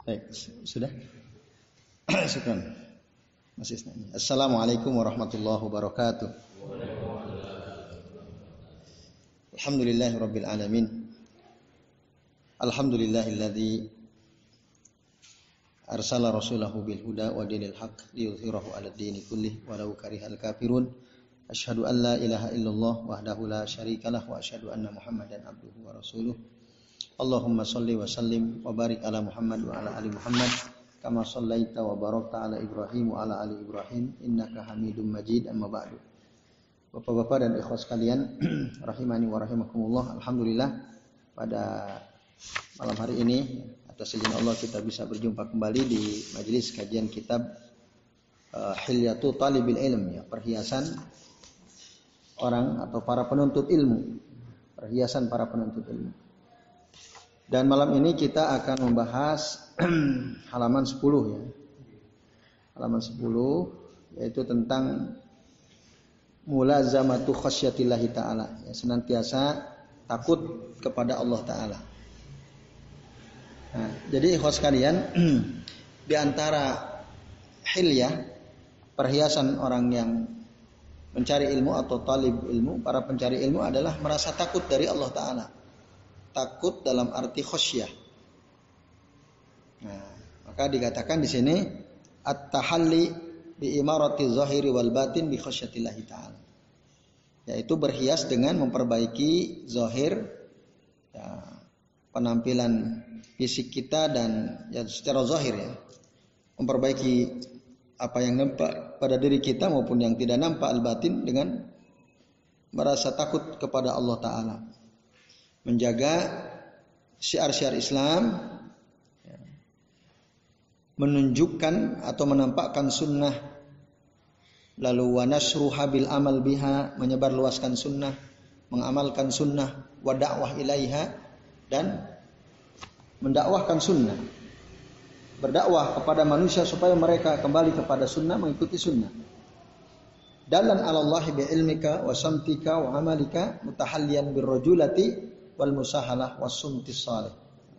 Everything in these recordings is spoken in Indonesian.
Baik, sudah? Syukran. Masih nanya. Assalamualaikum warahmatullahi wabarakatuh. Alhamdulillahirabbil alamin. Alhamdulillahilladzi arsala rasulahu bil huda wa dinil haqq liyudhhirahu 'alad dini kullih walau karihal kafirun. Asyhadu an la ilaha illallah wahdahu la syarikalah wa asyhadu anna Muhammadan abduhu wa rasuluh. Allahumma shalli wa sallim wa barik ala Muhammad wa ala ali Muhammad kama shallaita wa barakta ala Ibrahim wa ala ali Ibrahim innaka Hamidum Majid. Amma ba'du. Bapak-bapak dan ikhwas sekalian, rahimani wa rahimakumullah. Alhamdulillah pada malam hari ini atas izin Allah kita bisa berjumpa kembali di majelis kajian kitab Hilyatu Talibil Ilm, ya, perhiasan orang atau para penuntut ilmu. Perhiasan para penuntut ilmu. Dan malam ini kita akan membahas halaman 10 ya. Halaman 10 yaitu tentang mulazamatu khasyatillahi ta'ala, ya, senantiasa takut kepada Allah Ta'ala. Nah, jadi ikhwas sekalian, di antara hilyah, perhiasan orang yang mencari ilmu atau talib ilmu, para pencari ilmu adalah merasa takut dari Allah Ta'ala. Takut dalam arti khasyah. Nah, maka dikatakan di sini at-tahalli bi imarati zahiri wal batin bi khasyatillahi ta'ala. Yaitu berhias dengan memperbaiki zahir, ya, penampilan fisik kita dan ya secara zahir, ya. Memperbaiki apa yang nampak pada diri kita maupun yang tidak nampak al-batin dengan merasa takut kepada Allah Ta'ala. Menjaga syiar-syiar Islam, ya, menunjukkan atau menampakkan sunnah, lalu wa nasruha bil amal biha, menyebarluaskan sunnah, mengamalkan sunnah, wa da'wah ilaiha, dan mendakwahkan sunnah, berdakwah kepada manusia supaya mereka kembali kepada sunnah, mengikuti sunnah. Dalan 'alallahi bi ilmika wa samtika wa amalika mutahalliyan birrajulati wal musahalah wasumtis salih.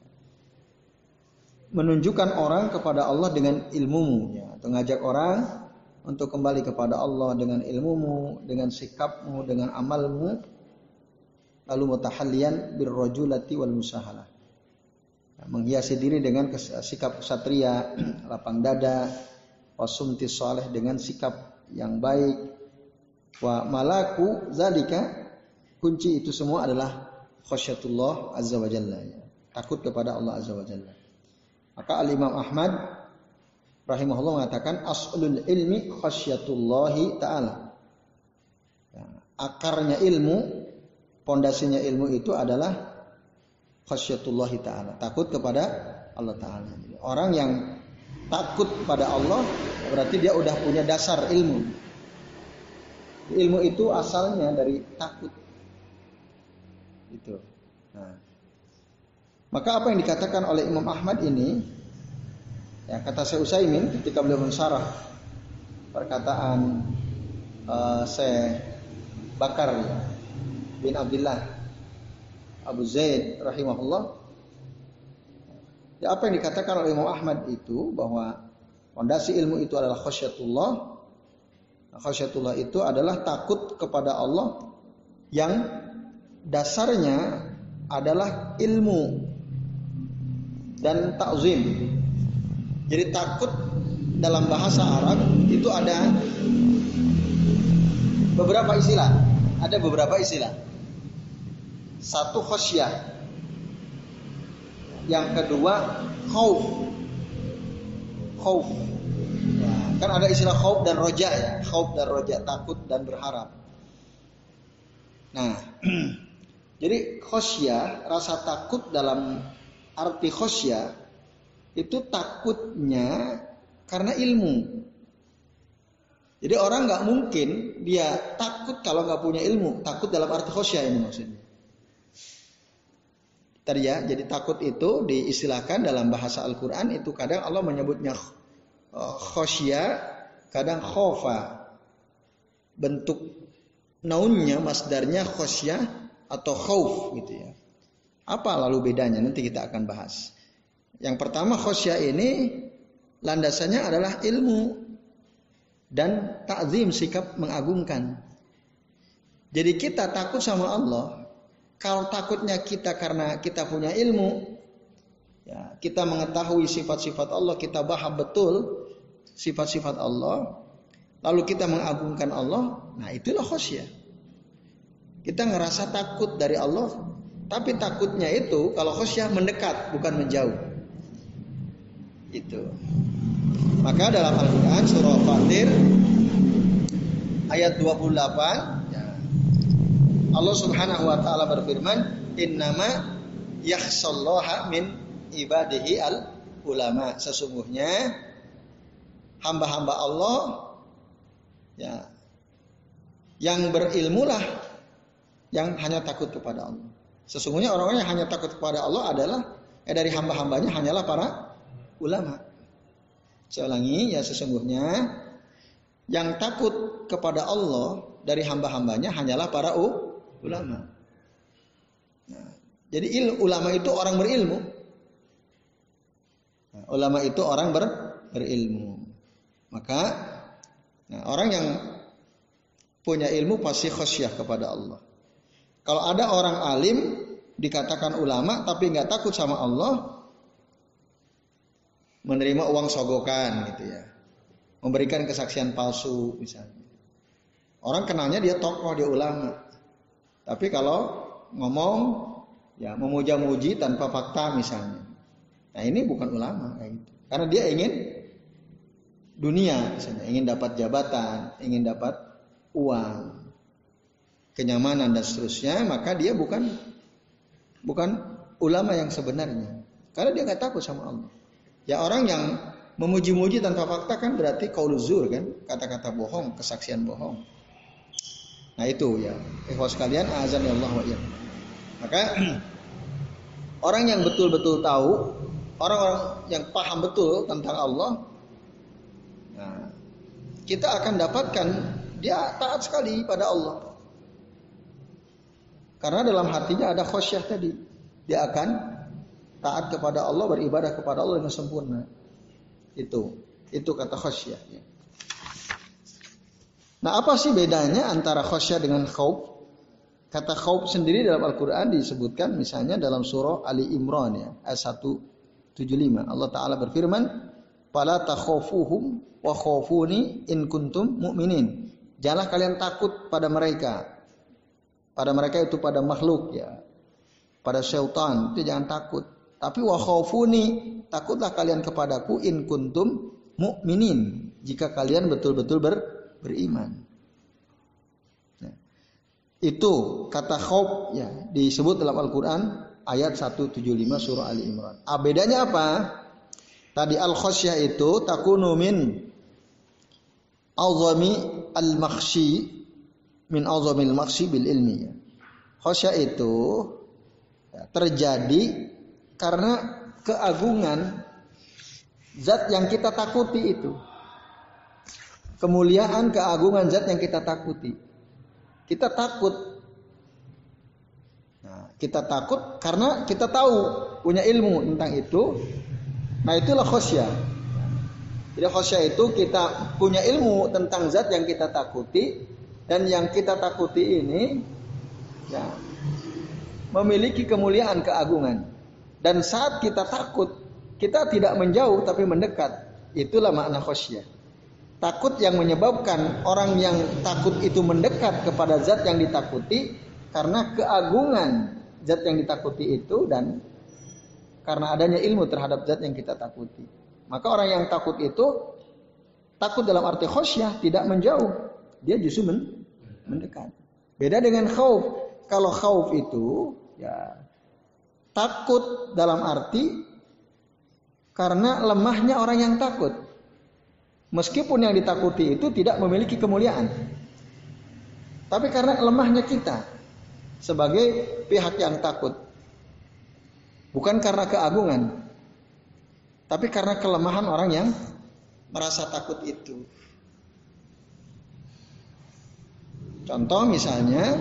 Menunjukkan orang kepada Allah dengan ilmumu, ya, atau ngajak orang untuk kembali kepada Allah dengan ilmumu, dengan sikapmu, dengan amalmu, lalu mutahalliyan birrajulati wal musahalah, ya, menghiasi diri dengan sikap ksatria, lapang dada, wasumtis salih, dengan sikap yang baik, wa malaku zalika, kunci itu semua adalah khasyatullah azza wa jalla, ya, takut kepada Allah azza wa jalla. Maka al-Imam Ahmad rahimahullah mengatakan aslul ilmi khasyatullahi ta'ala, ya, akarnya ilmu, pondasinya ilmu itu adalah khasyatullahi ta'ala, takut kepada Allah Ta'ala. Orang yang takut pada Allah berarti dia udah punya dasar ilmu. Ilmu itu asalnya dari takut. Itu. Nah, maka apa yang dikatakan oleh Imam Ahmad ini, ya, kata Syekh Utsaimin ketika beliau mensyarah perkataan Syekh Bakar, ya, bin Abdullah Abu Zaid rahimahullah, ya, apa yang dikatakan oleh Imam Ahmad itu bahwa fondasi ilmu itu adalah khasyatullah. Nah, khasyatullah itu adalah takut kepada Allah yang dasarnya adalah ilmu dan ta'zim. Jadi takut dalam bahasa Arab itu ada beberapa istilah. Ada beberapa istilah. Satu khasyah. Yang kedua khauf. Khauf. Ya, kan ada istilah khauf dan roja, ya. Khauf dan roja, takut dan berharap. Nah, jadi khosyah, rasa takut dalam arti khosyah itu takutnya karena ilmu. Jadi orang nggak mungkin dia takut kalau nggak punya ilmu. Takut dalam arti khosyah ini maksudnya. Tadi, ya, jadi takut itu diistilahkan dalam bahasa Al-Quran itu kadang Allah menyebutnya khosyah, kadang khofa. Bentuk naunnya, masdarnya khosyah atau khauf gitu, ya. Apa lalu bedanya? Nanti kita akan bahas. Yang pertama khosyah ini landasannya adalah ilmu dan ta'zim, sikap mengagungkan. Jadi kita takut sama Allah. Kalau takutnya kita karena kita punya ilmu, ya, kita mengetahui sifat-sifat Allah, kita paham betul sifat-sifat Allah, lalu kita mengagungkan Allah, nah itulah khosyah. Kita ngerasa takut dari Allah, tapi takutnya itu kalau khosyah mendekat, bukan menjauh. Itu. Maka dalam Al-Quran surah Fatir ayat 28, Allah Subhanahu wa taala berfirman, "Innama yakhshallaha min ibadihi al ulama." Sesungguhnya hamba-hamba Allah, ya, yang berilmulah yang hanya takut kepada Allah. Sesungguhnya orang-orang yang hanya takut kepada Allah adalah dari hamba-hambanya hanyalah para ulama. Saya ulangi, ya, sesungguhnya yang takut kepada Allah dari hamba-hambanya hanyalah para ulama. Nah, jadi ulama itu orang berilmu. Nah, ulama itu orang berilmu. Maka orang yang punya ilmu pasti khosyah kepada Allah. Kalau ada orang alim dikatakan ulama tapi nggak takut sama Allah, menerima uang sogokan gitu ya, memberikan kesaksian palsu misalnya. Orang kenalnya dia tokoh, dia ulama. Tapi kalau ngomong ya memuja-muji tanpa fakta misalnya. Nah ini bukan ulama kayak gitu. Karena dia ingin dunia misalnya, ingin dapat jabatan, ingin dapat uang, kenyamanan dan seterusnya, maka dia bukan ulama yang sebenarnya. Karena dia nggak takut sama Allah. Ya orang yang memuji-muji tanpa fakta kan berarti qauluz zur kan, kata-kata bohong, kesaksian bohong. Nah itu ya, ikhwas sekalian, azan ya Allah wa iyyakum. Maka orang yang betul-betul tahu, orang-orang yang paham betul tentang Allah, nah, kita akan dapatkan dia taat sekali pada Allah. Karena dalam hatinya ada khosyah tadi. Dia akan taat kepada Allah, beribadah kepada Allah dengan sempurna. Itu kata khosyah. Nah, apa sih bedanya antara khosyah dengan khauf? Kata khauf sendiri dalam Al-Quran disebutkan misalnya dalam surah Ali Imran ya, ayat 175. Allah Ta'ala berfirman, "Fala takhafuhum wa khafuni in kuntum mu'minin." Janganlah kalian takut pada mereka. Pada mereka itu pada makhluk ya. Pada syaitan itu jangan takut. Tapi wa khafuni, takutlah kalian kepadaku in kuntum mu'minin. Jika kalian betul-betul beriman. Nah, itu kata khauf ya disebut dalam Al-Quran ayat 175 surah Ali Imran. Bedanya apa? Tadi al-khosyah itu takunu min azami al-makhshi min azamil makhshi bil ilmi. Khosyah itu ya, terjadi karena keagungan zat yang kita takuti itu. Kemuliaan, keagungan zat yang kita takuti. Kita takut. Nah, kita takut karena kita tahu, punya ilmu tentang itu. Nah, itulah khosyah. Jadi khosyah itu kita punya ilmu tentang zat yang kita takuti. Dan yang kita takuti ini ya, memiliki kemuliaan, keagungan. Dan saat kita takut, kita tidak menjauh tapi mendekat. Itulah makna khosyah. Takut yang menyebabkan orang yang takut itu mendekat kepada zat yang ditakuti karena keagungan zat yang ditakuti itu dan karena adanya ilmu terhadap zat yang kita takuti. Maka orang yang takut itu takut dalam arti khosyah, tidak menjauh, dia justru mendekat. Beda dengan khauf. Kalau khauf itu ya takut dalam arti karena lemahnya orang yang takut. Meskipun yang ditakuti itu tidak memiliki kemuliaan. Tapi karena lemahnya kita sebagai pihak yang takut. Bukan karena keagungan. Tapi karena kelemahan orang yang merasa takut itu. Contoh misalnya,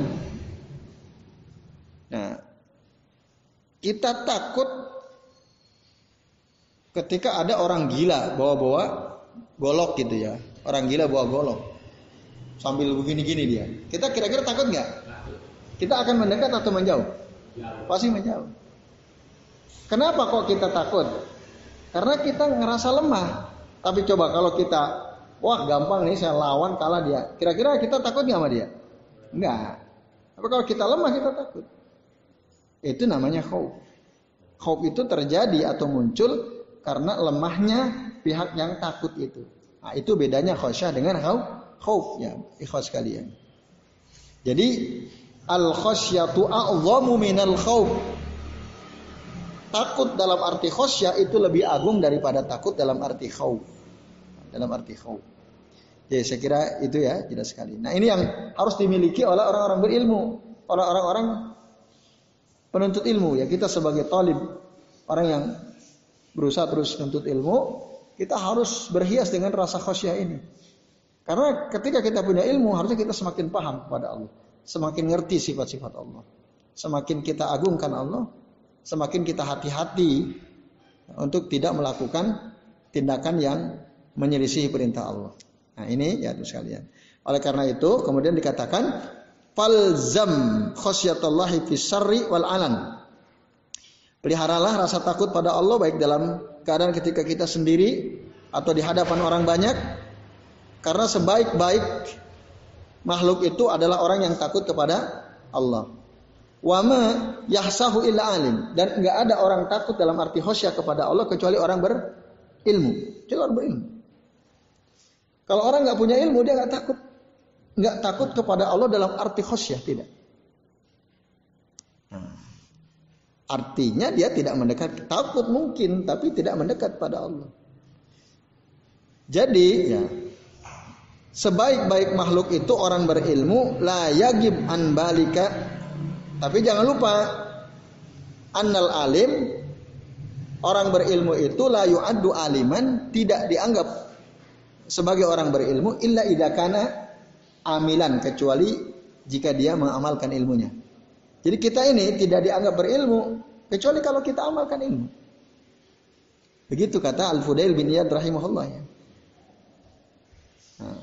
nah, kita takut ketika ada orang gila bawa-bawa golok gitu ya. Orang gila bawa golok. Sambil begini-gini dia. Kita kira-kira takut nggak? Kita akan mendekat atau menjauh? Pasti menjauh. Kenapa kok kita takut? Karena kita ngerasa lemah. Tapi coba kalau kita, wah gampang nih saya lawan kalah dia. Kira-kira kita takut nggak sama dia? Enggak. Tapi kalau kita lemah kita takut. Itu namanya khauf. Khauf itu terjadi atau muncul karena lemahnya pihak yang takut itu. Nah, itu bedanya khasyah dengan khauf ya, ikhwas kalian. Jadi al-khasyatu a'zamu minal khauf. Takut dalam arti khasyah itu lebih agung daripada takut dalam arti khauf. Dalam arti khauf. Jadi saya kira itu ya, jelas sekali. Nah, ini yang harus dimiliki oleh orang-orang berilmu, oleh orang-orang penuntut ilmu ya. Kita sebagai talib, orang yang berusaha terus menuntut ilmu, kita harus berhias dengan rasa khasyah ini. Karena ketika kita punya ilmu, harusnya kita semakin paham kepada Allah, semakin ngerti sifat-sifat Allah, semakin kita agungkan Allah, semakin kita hati-hati untuk tidak melakukan tindakan yang menyelisihi perintah Allah. Nah ini ya sekalian. Oleh karena itu kemudian dikatakan falzam khasyatallahi fis syarri wal alan. Peliharalah rasa takut pada Allah baik dalam keadaan ketika kita sendiri atau di hadapan orang banyak. Karena sebaik-baik makhluk itu adalah orang yang takut kepada Allah. Wa ma yahsahu illa alim, dan enggak ada orang takut dalam arti khasyah kepada Allah kecuali orang berilmu. Kecuali orang berilmu. Kalau orang enggak punya ilmu dia enggak takut. Enggak takut kepada Allah dalam arti khasyah, tidak. Nah, artinya dia tidak mendekat, takut mungkin tapi tidak mendekat pada Allah. Jadi ya, sebaik-baik makhluk itu orang berilmu, la yagib an balika. Tapi jangan lupa annal alim, orang berilmu itu la yu'addu aliman, tidak dianggap sebagai orang berilmu illa idza kana amilan, kecuali jika dia mengamalkan ilmunya. Jadi kita ini tidak dianggap berilmu kecuali kalau kita amalkan ilmu. Begitu kata Al-Fudail bin Iyad rahimahullah ya. Nah.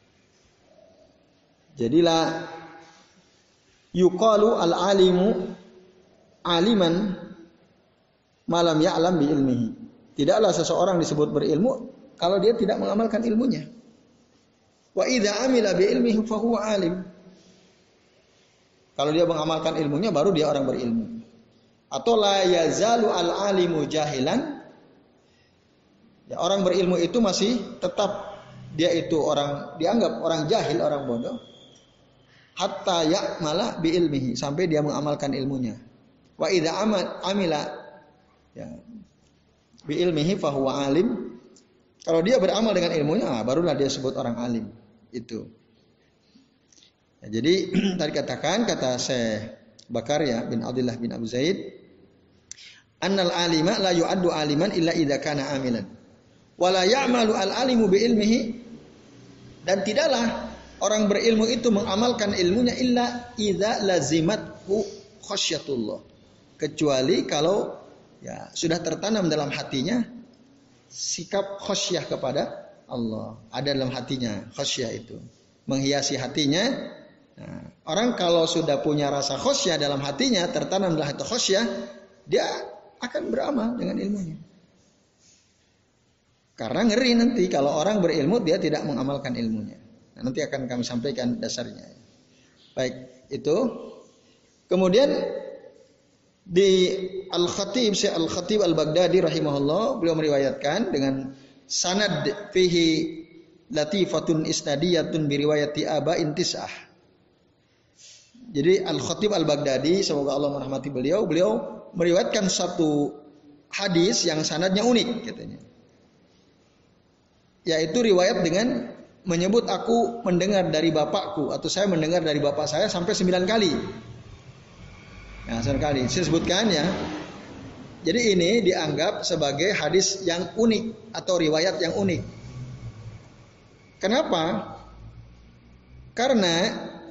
Jadilah yuqalu al-alimu aliman malam ya'lam bi ilmihi. Tidaklah seseorang disebut berilmu kalau dia tidak mengamalkan ilmunya. Wa idza amila bi ilmihi fa huwa alim. Kalau dia mengamalkan ilmunya baru dia orang berilmu. Atau la yazalu al-alimu jahilan. Ya, orang berilmu itu masih tetap dia itu orang dianggap orang jahil, orang bodoh. Hatta ya'mala bi ilmihi, sampai dia mengamalkan ilmunya. Wa idza amila ya bi ilmihi fa huwa alim. Kalau dia beramal dengan ilmunya, barulah dia sebut orang alim. Itu. Ya, jadi tadi katakan kata Syekh Bakar ya bin Abdullah bin Abu Zaid, annal alima la yu'addu aliman illa idza kana amilan. Wa la ya'malu al-alimu bi ilmihi, dan tidaklah orang berilmu itu mengamalkan ilmunya illa idza lazimathu khasyatullah, kecuali kalau ya sudah tertanam dalam hatinya sikap khasyah kepada Allah. Ada dalam hatinya khasyah itu, menghiasi hatinya. Nah, orang kalau sudah punya rasa khasyah dalam hatinya, tertanam dalam hati khasyah, dia akan beramal dengan ilmunya. Karena ngeri nanti kalau orang berilmu dia tidak mengamalkan ilmunya. Nah, nanti akan kami sampaikan dasarnya. Baik, itu. Kemudian di Al-Khatib, Syekh Al-Khatib Al-Baghdadi rahimahullah, beliau meriwayatkan dengan sanad fihi latifatun isnadiyatun biriwayati aba'in tis'ah. Jadi Al-Khatib Al-Baghdadi, semoga Allah merahmati beliau, beliau meriwayatkan satu hadis yang sanadnya unik katanya. Yaitu riwayat dengan menyebut aku mendengar dari bapakku, atau saya mendengar dari bapak saya sampai 9 kali. Nah, 9 kali saya sebutkan ya. Jadi ini dianggap sebagai hadis yang unik atau riwayat yang unik. Kenapa? Karena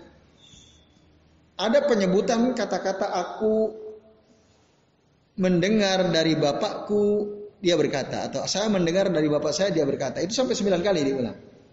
ada penyebutan kata-kata aku mendengar dari bapakku dia berkata, atau saya mendengar dari bapak saya dia berkata. Itu sampai 9 kali diulang.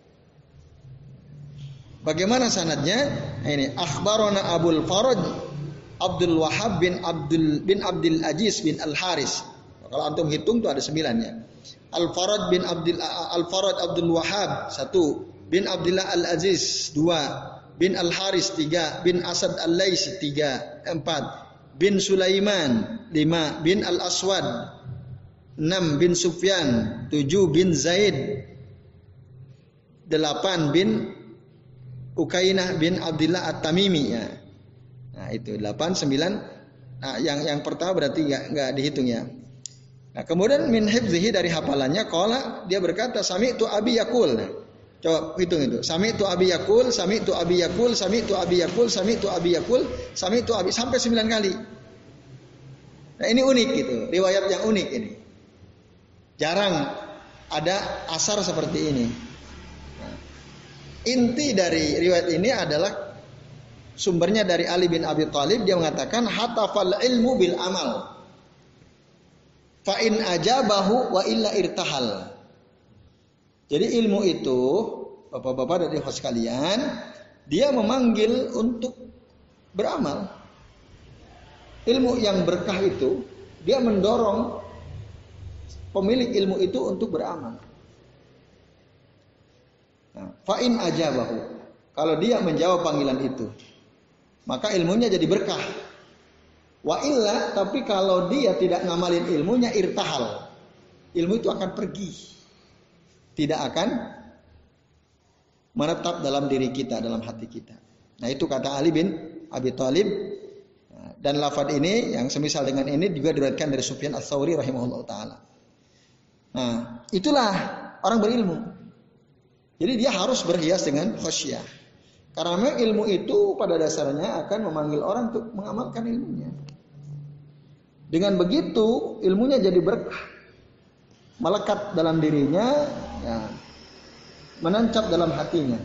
Bagaimana sanadnya? Ini akhbarana Abul Faraj Abdul Wahab bin Abdul Aziz bin Al Haris. Kalau antum hitung tuh ada 9-nya. Al Faraj Abdul Wahab 1, bin Abdullah Al Aziz 2, bin Al Haris 3, bin Asad Al Laisi 3, 4, bin Sulaiman 5, bin Al Aswad 6, bin Sufyan 7, bin Zaid 8, bin Ukainah bin Abdullah At-Tamimi ya. Nah, itu 8 9. Nah, yang pertama berarti enggak dihitung ya. Nah, kemudian min hifzihi dari hafalannya qala dia berkata sami'tu abi yaqul. Nah, coba hitung itu. Sami'tu abi yaqul, sami'tu abi yaqul, sami'tu abi yaqul, sami'tu abi yaqul, sami'tu abi sampai 9 kali. Nah, ini unik gitu, riwayat yang unik ini. Jarang ada asar seperti ini. Inti dari riwayat ini adalah sumbernya dari Ali bin Abi Thalib. Dia mengatakan hatafal ilmu bil amal fa in ajabahu wa illa irtahal. Jadi ilmu itu bapak-bapak dan ibu sekalian, dia memanggil untuk beramal. Ilmu yang berkah itu dia mendorong pemilik ilmu itu untuk beramal. Fa'in ajabahu, kalau dia menjawab panggilan itu, maka ilmunya jadi berkah. Wa illa, tapi kalau dia tidak ngamalin ilmunya, irtahal, ilmu itu akan pergi, tidak akan menetap dalam diri kita, dalam hati kita. Nah, itu kata Ali bin Abi Thalib. Dan lafaz ini yang semisal dengan ini juga diriwayatkan dari Sufyan Ats-Tsauri rahimahullah taala. Nah, itulah orang berilmu. Jadi dia harus berhias dengan khosyah. Karena memang ilmu itu pada dasarnya akan memanggil orang untuk mengamalkan ilmunya. Dengan begitu ilmunya jadi berkah, melekat dalam dirinya, ya, menancap dalam hatinya.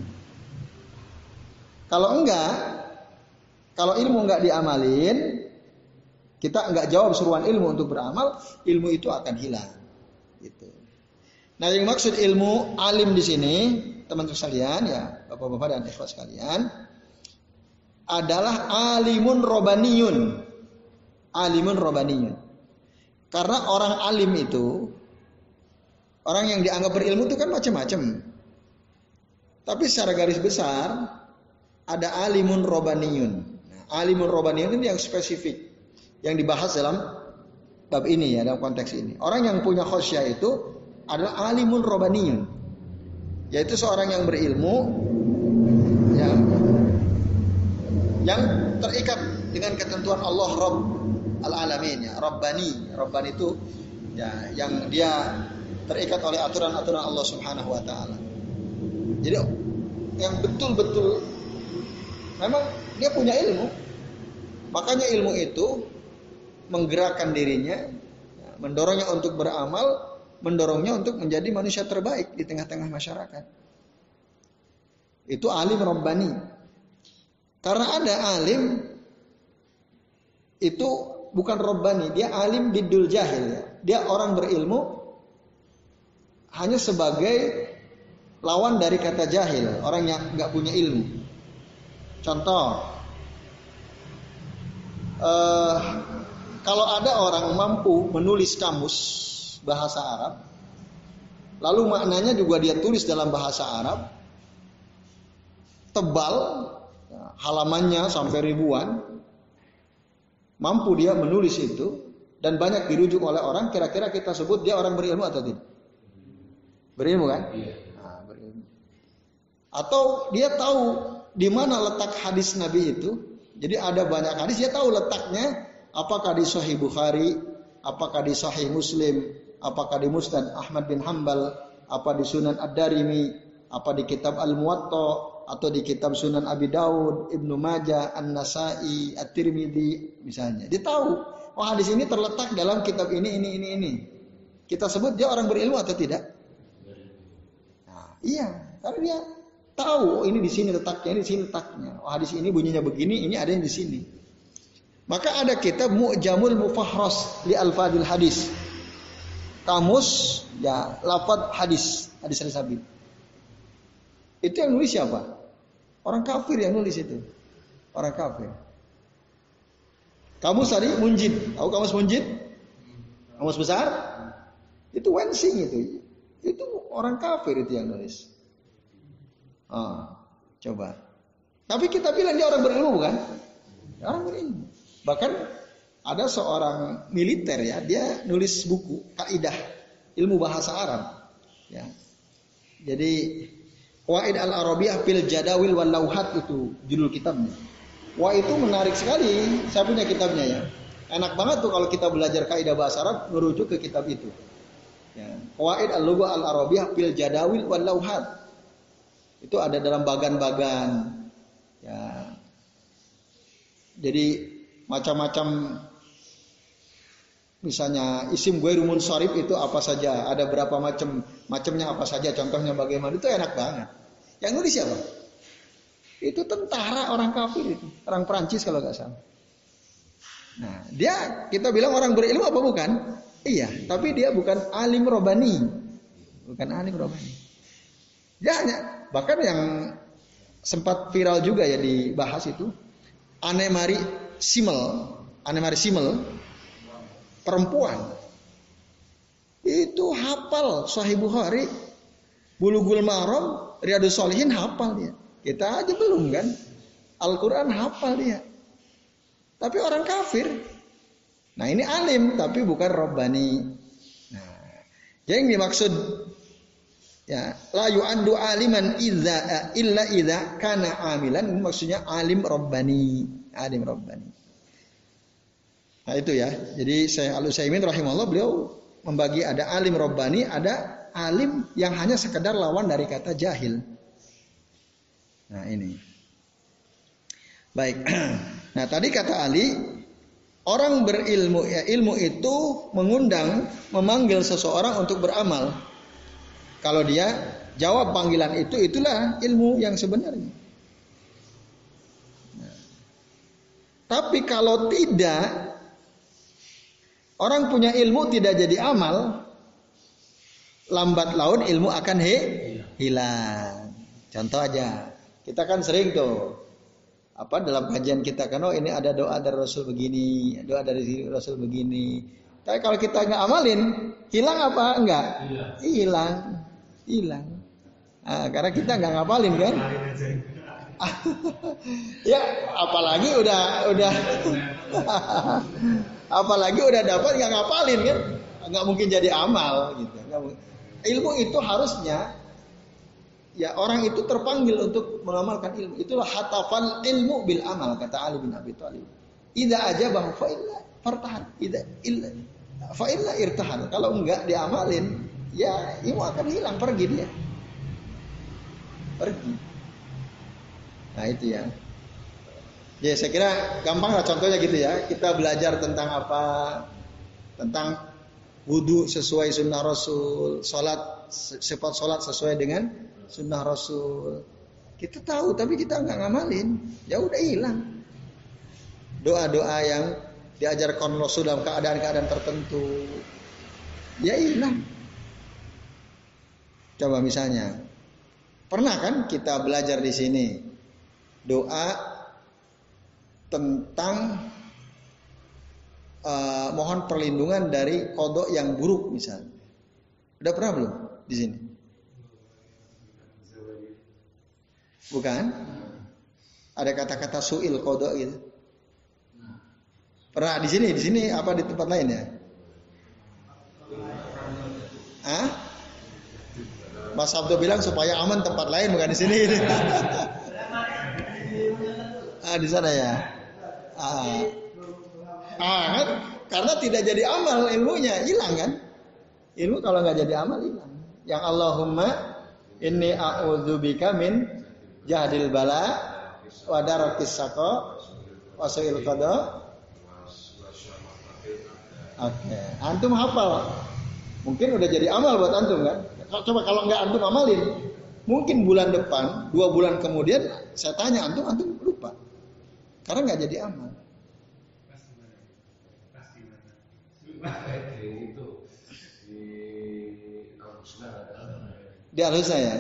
Kalau enggak, kalau ilmu enggak diamalin, kita enggak jawab seruan ilmu untuk beramal, ilmu itu akan hilang. Gitu. Nah, yang maksud ilmu alim di sini, teman-teman sekalian, ya, bapak-bapak dan ikhwat sekalian, adalah alimun robbaniyun. Alimun robbaniyun. Karena orang alim itu, orang yang dianggap berilmu itu kan macam-macam. Tapi secara garis besar ada alimun robbaniyun. Nah, alimun robbaniyun ini yang spesifik, yang dibahas dalam bab ini ya, dalam konteks ini. Orang yang punya khosyah itu adalah alimun robbaniyun, yaitu seorang yang berilmu yang terikat dengan ketentuan Allah Rabb al-alamin ya, Rabbani. Rabbani itu ya yang dia terikat oleh aturan-aturan Allah Subhanahu wa taala. Jadi yang betul-betul memang dia punya ilmu. Makanya ilmu itu menggerakkan dirinya, mendorongnya untuk beramal, mendorongnya untuk menjadi manusia terbaik di tengah-tengah masyarakat. Itu alim Rabbani. Karena ada alim itu bukan Rabbani, dia alim bidul jahil ya. Dia orang berilmu hanya sebagai lawan dari kata jahil, orang yang nggak punya ilmu. Contoh, kalau ada orang mampu menulis kamus bahasa Arab, lalu maknanya juga dia tulis dalam bahasa Arab, tebal, halamannya sampai ribuan, mampu dia menulis itu, dan banyak dirujuk oleh orang, kira-kira kita sebut dia orang berilmu atau tidak? Berilmu kan? Nah, berilmu. Atau dia tahu di mana letak hadis Nabi itu, jadi ada banyak hadis, dia tahu letaknya, apakah di Sahih Bukhari, apakah di Sahih Muslim, apakah di Musnad Ahmad bin Hanbal, apa di Sunan Ad-Darimi, apa di kitab Al-Muwatta, atau di kitab Sunan Abi Daud, Ibnu Majah, An-Nasai, At-Tirmidzi misalnya. Dia tahu, oh hadis ini terletak dalam kitab ini. Kita sebut dia orang berilmu atau tidak? Nah, iya, karena dia tahu, oh ini di sini letaknya, ini di sini letaknya. Oh hadis ini bunyinya begini, ini ada yang di sini. Maka ada kitab Mu'jamul Mufahras li Alfadil Hadis. kamus ya lafaz hadis Sabil. Itu yang nulis siapa? Orang kafir yang nulis itu. Orang kafir. Kamus tadi Munjid. Tahu kamus Munjid? Kamus besar? Itu Wensing itu. Itu orang kafir itu yang nulis. Coba. Tapi kita bilang dia orang berilmu bukan? Orang berilmu. Bahkan ada seorang militer ya, dia nulis buku kaidah ilmu bahasa Arab. Ya. Jadi Qawaid al-Arabiyah fil Jadawil wal Lauhat itu judul kitabnya. Wah itu menarik sekali. Saya punya kitabnya ya. Enak banget tuh kalau kita belajar kaidah bahasa Arab merujuk ke kitab itu. Ya. Qawaid al-Lughah al-Arabiyah fil Jadawil wal Lauhat. Itu ada dalam bagan-bagan. Ya. Jadi macam-macam, misalnya isim ghairu munsharif itu apa saja, ada berapa macamnya apa saja, contohnya bagaimana, itu enak banget. Yang nulis siapa? Itu tentara orang kafir itu, orang Perancis kalau nggak salah. Nah, dia kita bilang orang berilmu apa bukan? Iya, tapi dia bukan alim robani, bukan alim robani. Dia hanya, bahkan yang sempat viral juga ya dibahas itu, Anne-Marie Simmel, perempuan itu hafal Sahih Bukhari, Bulughul Maram, Riyadhus Shalihin hafal dia. Kita aja belum kan? Al-Quran hafal dia. Tapi orang kafir. Nah ini alim tapi bukan Rabbani. Nah, yang dimaksud ya la yu'addu aliman illa idza kana amilan, maksudnya alim Rabbani, alim Rabbani. Nah itu ya. Jadi Syekh Al-Utsaimin rahimahullah beliau membagi ada alim Rabbani, ada alim yang hanya sekedar lawan dari kata jahil. Nah ini. Baik. Nah tadi kata Ali, orang berilmu ya, ilmu itu mengundang, memanggil seseorang untuk beramal. Kalau dia jawab panggilan itu, itulah ilmu yang sebenarnya. Nah. Tapi kalau tidak, orang punya ilmu tidak jadi amal, lambat laun ilmu akan hilang. Contoh aja, kita kan sering tuh dalam kajian kita kan, ini ada doa dari Rasul begini, doa dari Rasul begini. Tapi kalau kita nggak amalin, hilang apa enggak? Hilang. Nah, karena kita nggak ngapalin kan? Ya, apalagi udah apalagi udah dapat nggak ngapalin kan? Nggak mungkin jadi amal gitu. Ilmu itu harusnya ya orang itu terpanggil untuk mengamalkan ilmu. Itulah hatafal ilmu bil amal, kata Ali bin Abi Thalib. Idza ajabahu fa illa fartahan, idza illa fa illa irtahan. Kalau enggak diamalin, ya ilmu akan hilang, pergi dia. Pergi. Nah itu ya. Ya saya kira gampang lah contohnya gitu ya. Kita belajar tentang apa? Tentang wudu sesuai sunnah Rasul, sifat sholat sesuai dengan sunnah Rasul. Kita tahu tapi kita nggak ngamalin, ya udah hilang. Doa-doa yang diajarkan Rasul dalam keadaan-keadaan tertentu, ya hilang. Coba misalnya, pernah kan kita belajar di sini doa tentang mohon perlindungan dari kodok yang buruk misalnya. Udah pernah belum di sini? Bukan? Ada kata-kata suil kodok gitu. Pernah di sini apa di tempat lain ya? Mas Abdo bilang supaya aman tempat lain bukan di sini. Di sana ya. Kan? Karena tidak jadi amal ilmunya, hilang kan? Ilmu kalau nggak jadi amal hilang. Yang Allahumma inni a'udzubika min jahdil bala wa darakis saqa wa su'il qada. Oke, antum hafal. Mungkin udah jadi amal buat antum kan? Coba kalau nggak antum amalin, mungkin bulan depan, 2 bulan kemudian saya tanya antum lupa. Karena nggak jadi amal. Di Al-Husna ya.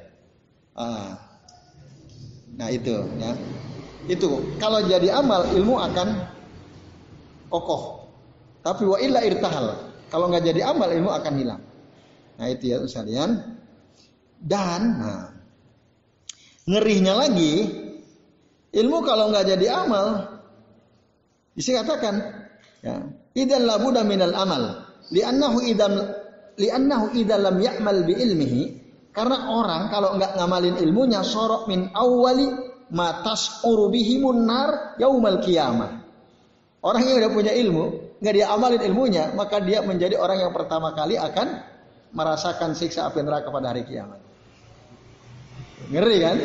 Nah itu ya. Itu kalau jadi amal ilmu akan kokoh. Tapi wa illa irtahal. Kalau nggak jadi amal ilmu akan hilang. Nah itu ya sekalian. Dan ngerinya lagi ilmu kalau nggak jadi amal, bisa katakan ya, idzal labuda minal amal, li'annahu idzal lam ya'mal bi ilmihi, karena orang kalau nggak ngamalin ilmunya sorok min awwali ma tas'uru bihimun nar yaumal qiyamah. Orang yang udah punya ilmu, nggak dia amalin ilmunya, maka dia menjadi orang yang pertama kali akan merasakan siksa api neraka pada hari kiamat. Ngeri kan?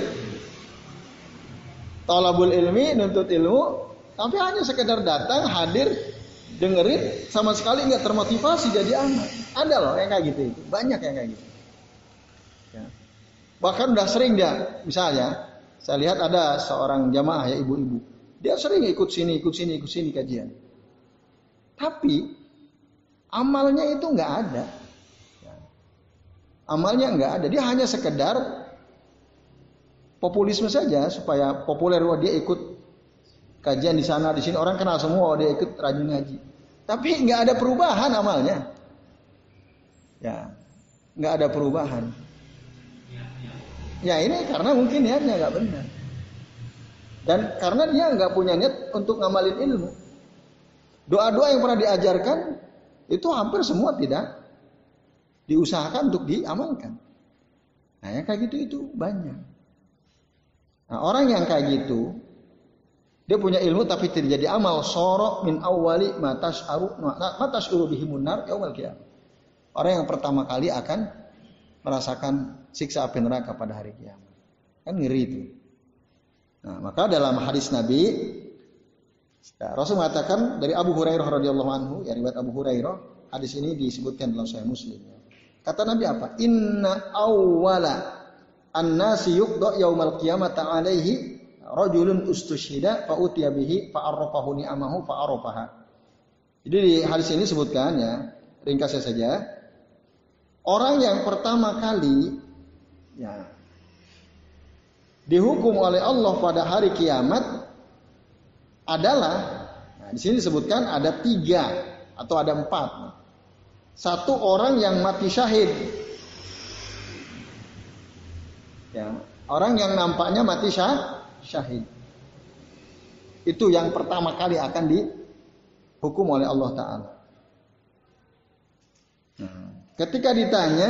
Thalabul ilmi, nuntut ilmu, tapi hanya sekedar datang, hadir, dengerin, sama sekali nggak termotivasi jadi amal. Ada loh yang kayak gitu, banyak yang kayak gitu. Ya. Bahkan udah sering dia, misalnya, saya lihat ada seorang jamaah ya ibu-ibu, dia sering ikut sini kajian. Tapi amalnya itu nggak ada. Ya. Amalnya nggak ada, dia hanya sekedar populisme saja supaya populer, dia ikut kajian di sana di sini, orang kenal semua, dia ikut rajin ngaji. Tapi nggak ada perubahan amalnya. Ya, nggak ada perubahan. Ya ini karena mungkin niatnya nggak benar. Dan karena dia nggak punya niat untuk ngamalin ilmu. Doa-doa yang pernah diajarkan itu hampir semua tidak diusahakan untuk diamalkan. Nah yang kayak gitu itu banyak. Nah, orang yang kayak gitu, dia punya ilmu tapi tidak jadi amal, sorok min awwali matas'uru bihimun nar yaumal qiyamah. Orang yang pertama kali akan merasakan siksa api neraka pada hari kiamat. Kan ngeri itu. Nah, maka dalam hadis Nabi, ya, Rasul mengatakan dari Abu Hurairah radhiyallahu anhu, ya riwayat Abu Hurairah, hadis ini disebutkan dalam Sahih Muslim. Kata Nabi apa? Inna awwala an-nasi yuqda yaumal qiyamati alaihi rajulun ustushhida fa utiya bihi fa arrafahu ni'amahu fa arafaha. Jadi di hadis ini sebutkan ya, ringkasnya saja. Orang yang pertama kali ya dihukum oleh Allah pada hari kiamat adalah, nah, di sini disebutkan ada 3 atau ada 4. Satu orang yang mati syahid. Ya, orang yang nampaknya mati syahid. Itu yang pertama kali akan dihukum oleh Allah Ta'ala. Nah, ketika ditanya,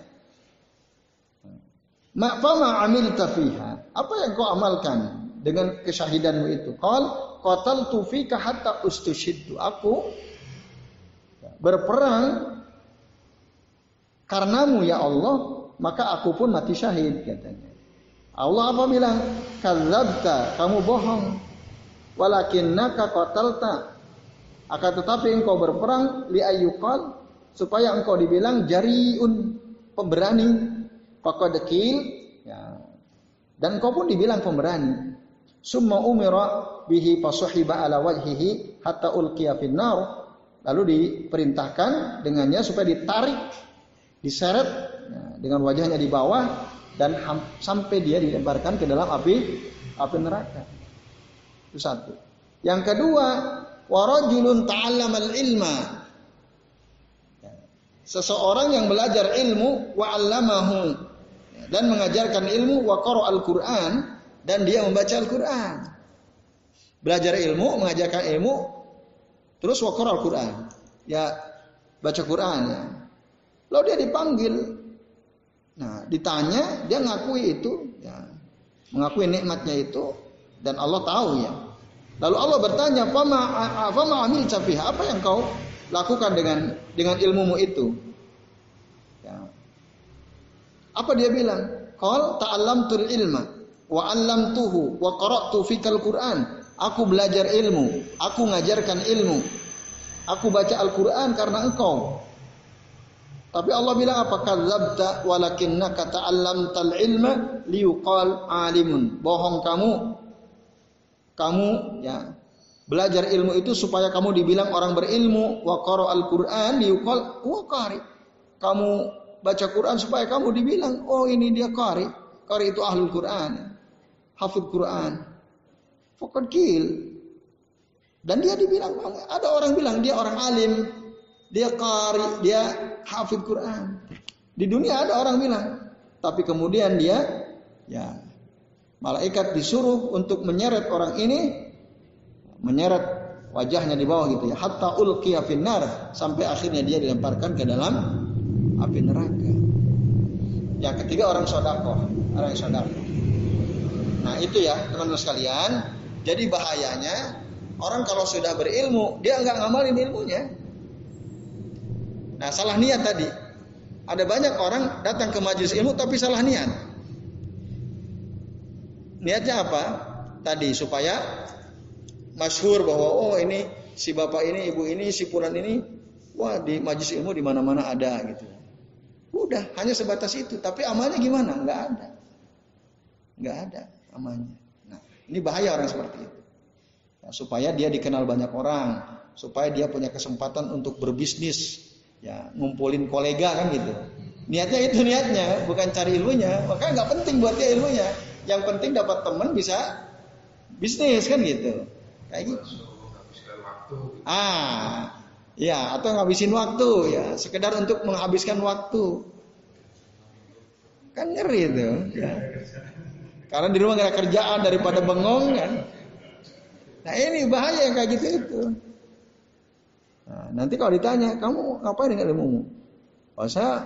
Fama amilta fiha, apa yang kau amalkan dengan kesyahidanmu itu? Qal qataltu fika hatta ustushidtu. Aku berperang karenamu ya Allah, maka aku pun mati syahid, katanya. Allah apa bilang? Kadzabta, kamu bohong. Walakinnaka qatalta, akan tetapi engkau berperang li ayyuqal, supaya engkau dibilang jariun, pemberani. Faqad qil, ya. Dan engkau pun dibilang pemberani. Summa umira bihi fasuhiba ala wajhihi hatta ulqiya finnar. Lalu diperintahkan dengannya supaya ditarik, diseret, ya, dengan wajahnya di bawah dan sampai dia dilemparkan ke dalam api neraka. Itu satu. Yang kedua, wa rajulun ta'allamal ilma. Seseorang yang belajar ilmu wa 'allamahu, dan mengajarkan ilmu, wa qara al-Qur'an, dan dia membaca Al-Qur'an. Belajar ilmu, mengajarkan ilmu, terus wa qara al-Qur'an. Ya, baca Qur'an ya. Lalu dia dipanggil. Nah, ditanya, dia ngakui itu, ya. Mengakui nikmatnya itu, dan Allah tahu ya. Lalu Allah bertanya, "Fama amilta fiha?" Apa yang kau lakukan dengan ilmumu itu? Ya. Apa dia bilang? Qal ta'allamtul ilma wa 'allamtuhu wa qara'tu fikal Qur'an. Aku belajar ilmu, aku ngajarkan ilmu. Aku baca Al-Qur'an karena engkau. Tapi Allah bilang apa? Kadzabta walakinnaka ta'allamtal ilma liyuqal 'alimun. Bohong kamu. Kamu ya belajar ilmu itu supaya kamu dibilang orang berilmu. Wa qara'al Qur'an liyuqal wa qari. Kamu baca Quran supaya kamu dibilang, oh ini dia qari. Qari itu ahlul Quran, hafidh Quran. Faqad qil. Dan dia dibilang, ada orang bilang dia orang alim, dia qari, dia hafidh Quran. Di dunia ada orang bilang, tapi kemudian dia, ya, malaikat disuruh untuk menyeret orang ini, menyeret wajahnya di bawah gitu ya, hatta ulqiya finnar, sampai akhirnya dia dilemparkan ke dalam api neraka. Yang ketiga orang sedekah, orang yang sedekah. Nah itu ya teman-teman sekalian. Jadi bahayanya orang kalau sudah berilmu dia nggak ngamalin ilmunya. Nah salah niat tadi. Ada banyak orang datang ke majelis ilmu tapi salah niat. Niatnya apa? Tadi supaya masyhur bahwa oh ini si bapak ini, ibu ini, si fulan ini, wah di majelis ilmu di mana-mana ada gitu. Udah, hanya sebatas itu. Tapi amalnya gimana? Nggak ada amalnya. Nah, ini bahaya orang seperti itu. Nah, supaya dia dikenal banyak orang, supaya dia punya kesempatan untuk berbisnis, ya ngumpulin kolega kan gitu. Niatnya itu niatnya, bukan cari ilmunya. Makanya nggak penting buat dia ilmunya. Yang penting dapat teman bisa bisnis kan gitu. Kayak gitu. Ya, atau ngabisin waktu ya, sekedar untuk menghabiskan waktu. Kan ngeri itu, ya. Karena di rumah gak ada kerjaan daripada bengong kan. Nah, ini bahaya yang kayak gitu itu. Nah, nanti kalau ditanya, kamu ngapain dengan ilmumu? Oh,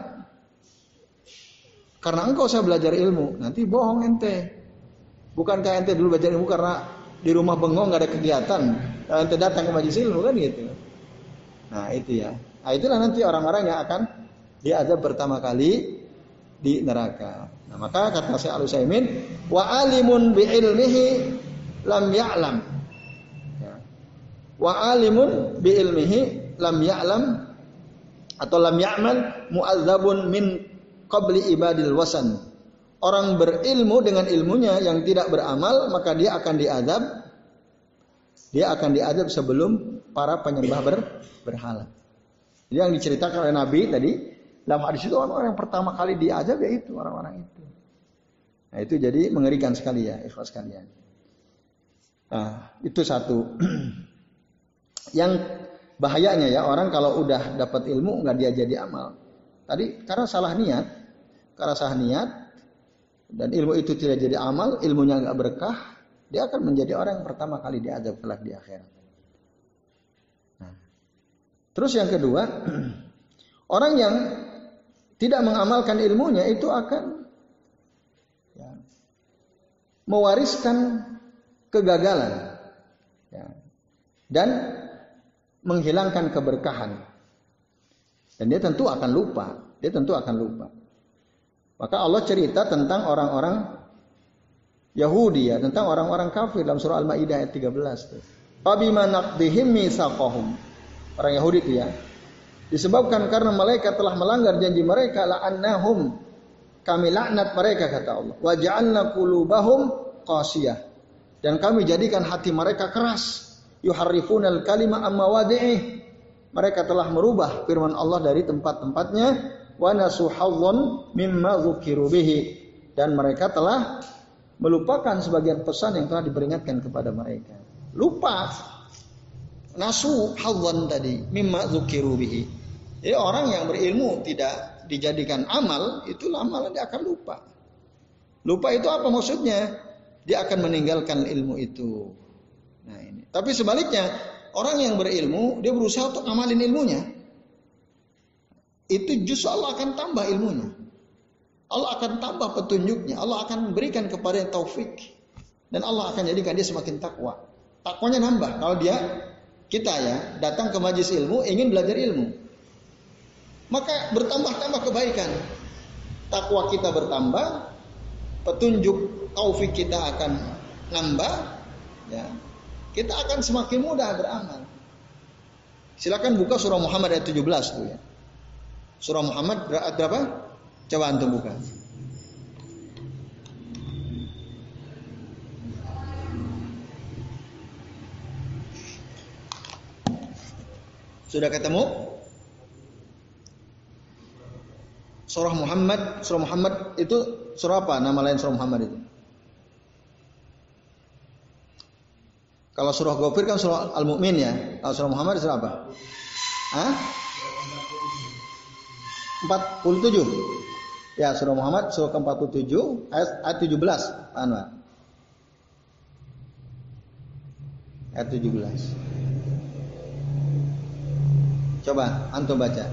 karena engkau saya belajar ilmu. Nanti bohong ente. Bukankah ente dulu belajar ilmu karena di rumah bengong gak ada kegiatan? Ente datang ke majelis ilmu kan gitu. Nah itu ya. Nah itulah nanti orang-orang yang akan diazab pertama kali di neraka. Nah maka kata Syekh Al-Utsaimin, wa alimun bi ilmihi lam ya'lam. Ya. Wa alimun bi ilmihi lam ya'lam atau lam ya'mal mu'adzabun min qabli ibadil wasan. Orang berilmu dengan ilmunya yang tidak beramal maka dia akan diazab. Dia akan diazab sebelum para penyembah berhala. Jadi yang diceritakan oleh Nabi tadi dalam hadis itu orang yang pertama kali diazab yaitu orang-orang itu. Nah itu jadi mengerikan sekali ya ikhlas sekalian. Nah itu satu. Yang bahayanya ya orang kalau udah dapat ilmu nggak dia jadi amal. Tadi karena salah niat dan ilmu itu tidak jadi amal, ilmunya nggak berkah, dia akan menjadi orang yang pertama kali diazab kelak di akhirat. Nah, terus yang kedua, orang yang tidak mengamalkan ilmunya itu akan ya, mewariskan kegagalan ya, dan menghilangkan keberkahan. Dan dia tentu akan lupa. Maka Allah cerita tentang orang-orang Yahudi ya, tentang orang-orang kafir dalam surah Al-Maidah ayat 13. Fabima naqdihim mitsaqahum. Orang Yahudi itu ya. Disebabkan karena malaikat telah melanggar janji mereka, la'annahum, kami laknat mereka kata Allah. Wa ja'alna qulubahum qasiyah. Dan kami jadikan hati mereka keras. Yuharrifunal kalima amma wadi'ih. Mereka telah merubah firman Allah dari tempat-tempatnya. Wa nasu hadzan mimma dzukiru bihi. Dan mereka telah melupakan sebagian pesan yang telah diperingatkan kepada mereka. Lupa. Nasu hadzan tadi mimma dzukiru bihi. Jadi orang yang berilmu tidak dijadikan amal, itu amal dia akan lupa. Lupa itu apa maksudnya? Dia akan meninggalkan ilmu itu. Nah ini. Tapi sebaliknya, orang yang berilmu dia berusaha untuk amalin ilmunya. Itu justru Allah akan tambah ilmunya. Allah akan tambah petunjuknya. Allah akan memberikan kepada yang taufik. Dan Allah akan jadikan dia semakin takwa. Takwanya nambah. Kalau kita ya datang ke majelis ilmu ingin belajar ilmu. Maka bertambah-tambah kebaikan. Takwa kita bertambah. Petunjuk taufik kita akan nambah. Ya. Kita akan semakin mudah beramal. Silakan buka surah Muhammad ayat 17 tuh ya. Surah Muhammad ayat berapa? Coba antum buka. Sudah ketemu? Surah Muhammad itu surah apa? Nama lain surah Muhammad itu. Kalau surah Ghafir kan surah Al-Mu'min ya. Kalau surah Muhammad surah apa? Hah? 47. Ya, surah Muhammad surah ke-47 ayat 17. Anwar. Ayat 17. Coba antum baca.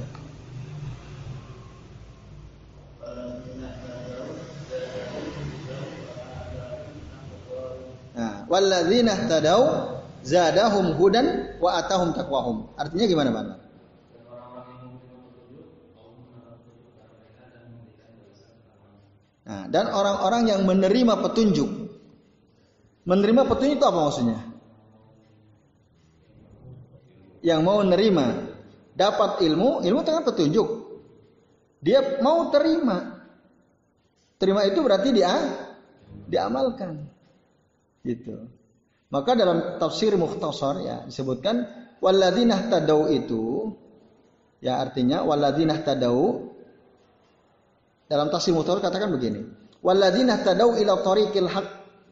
Nah, walladzina ihtadaw zadahum hudan wa atahum taqwahum. Artinya gimana, Pak? Nah, dan orang-orang yang menerima petunjuk. Menerima petunjuk itu apa maksudnya? Yang mau menerima dapat ilmu itu kan petunjuk. Dia mau terima. Terima itu berarti diamalkan. Gitu. Maka dalam tafsir Mukhtasar ya disebutkan walladzina ihtadaw itu ya artinya walladzina ihtadaw dalam tafsir Mukhtasar katakan begini. Walladzina ihtadaw ila tariqil haqq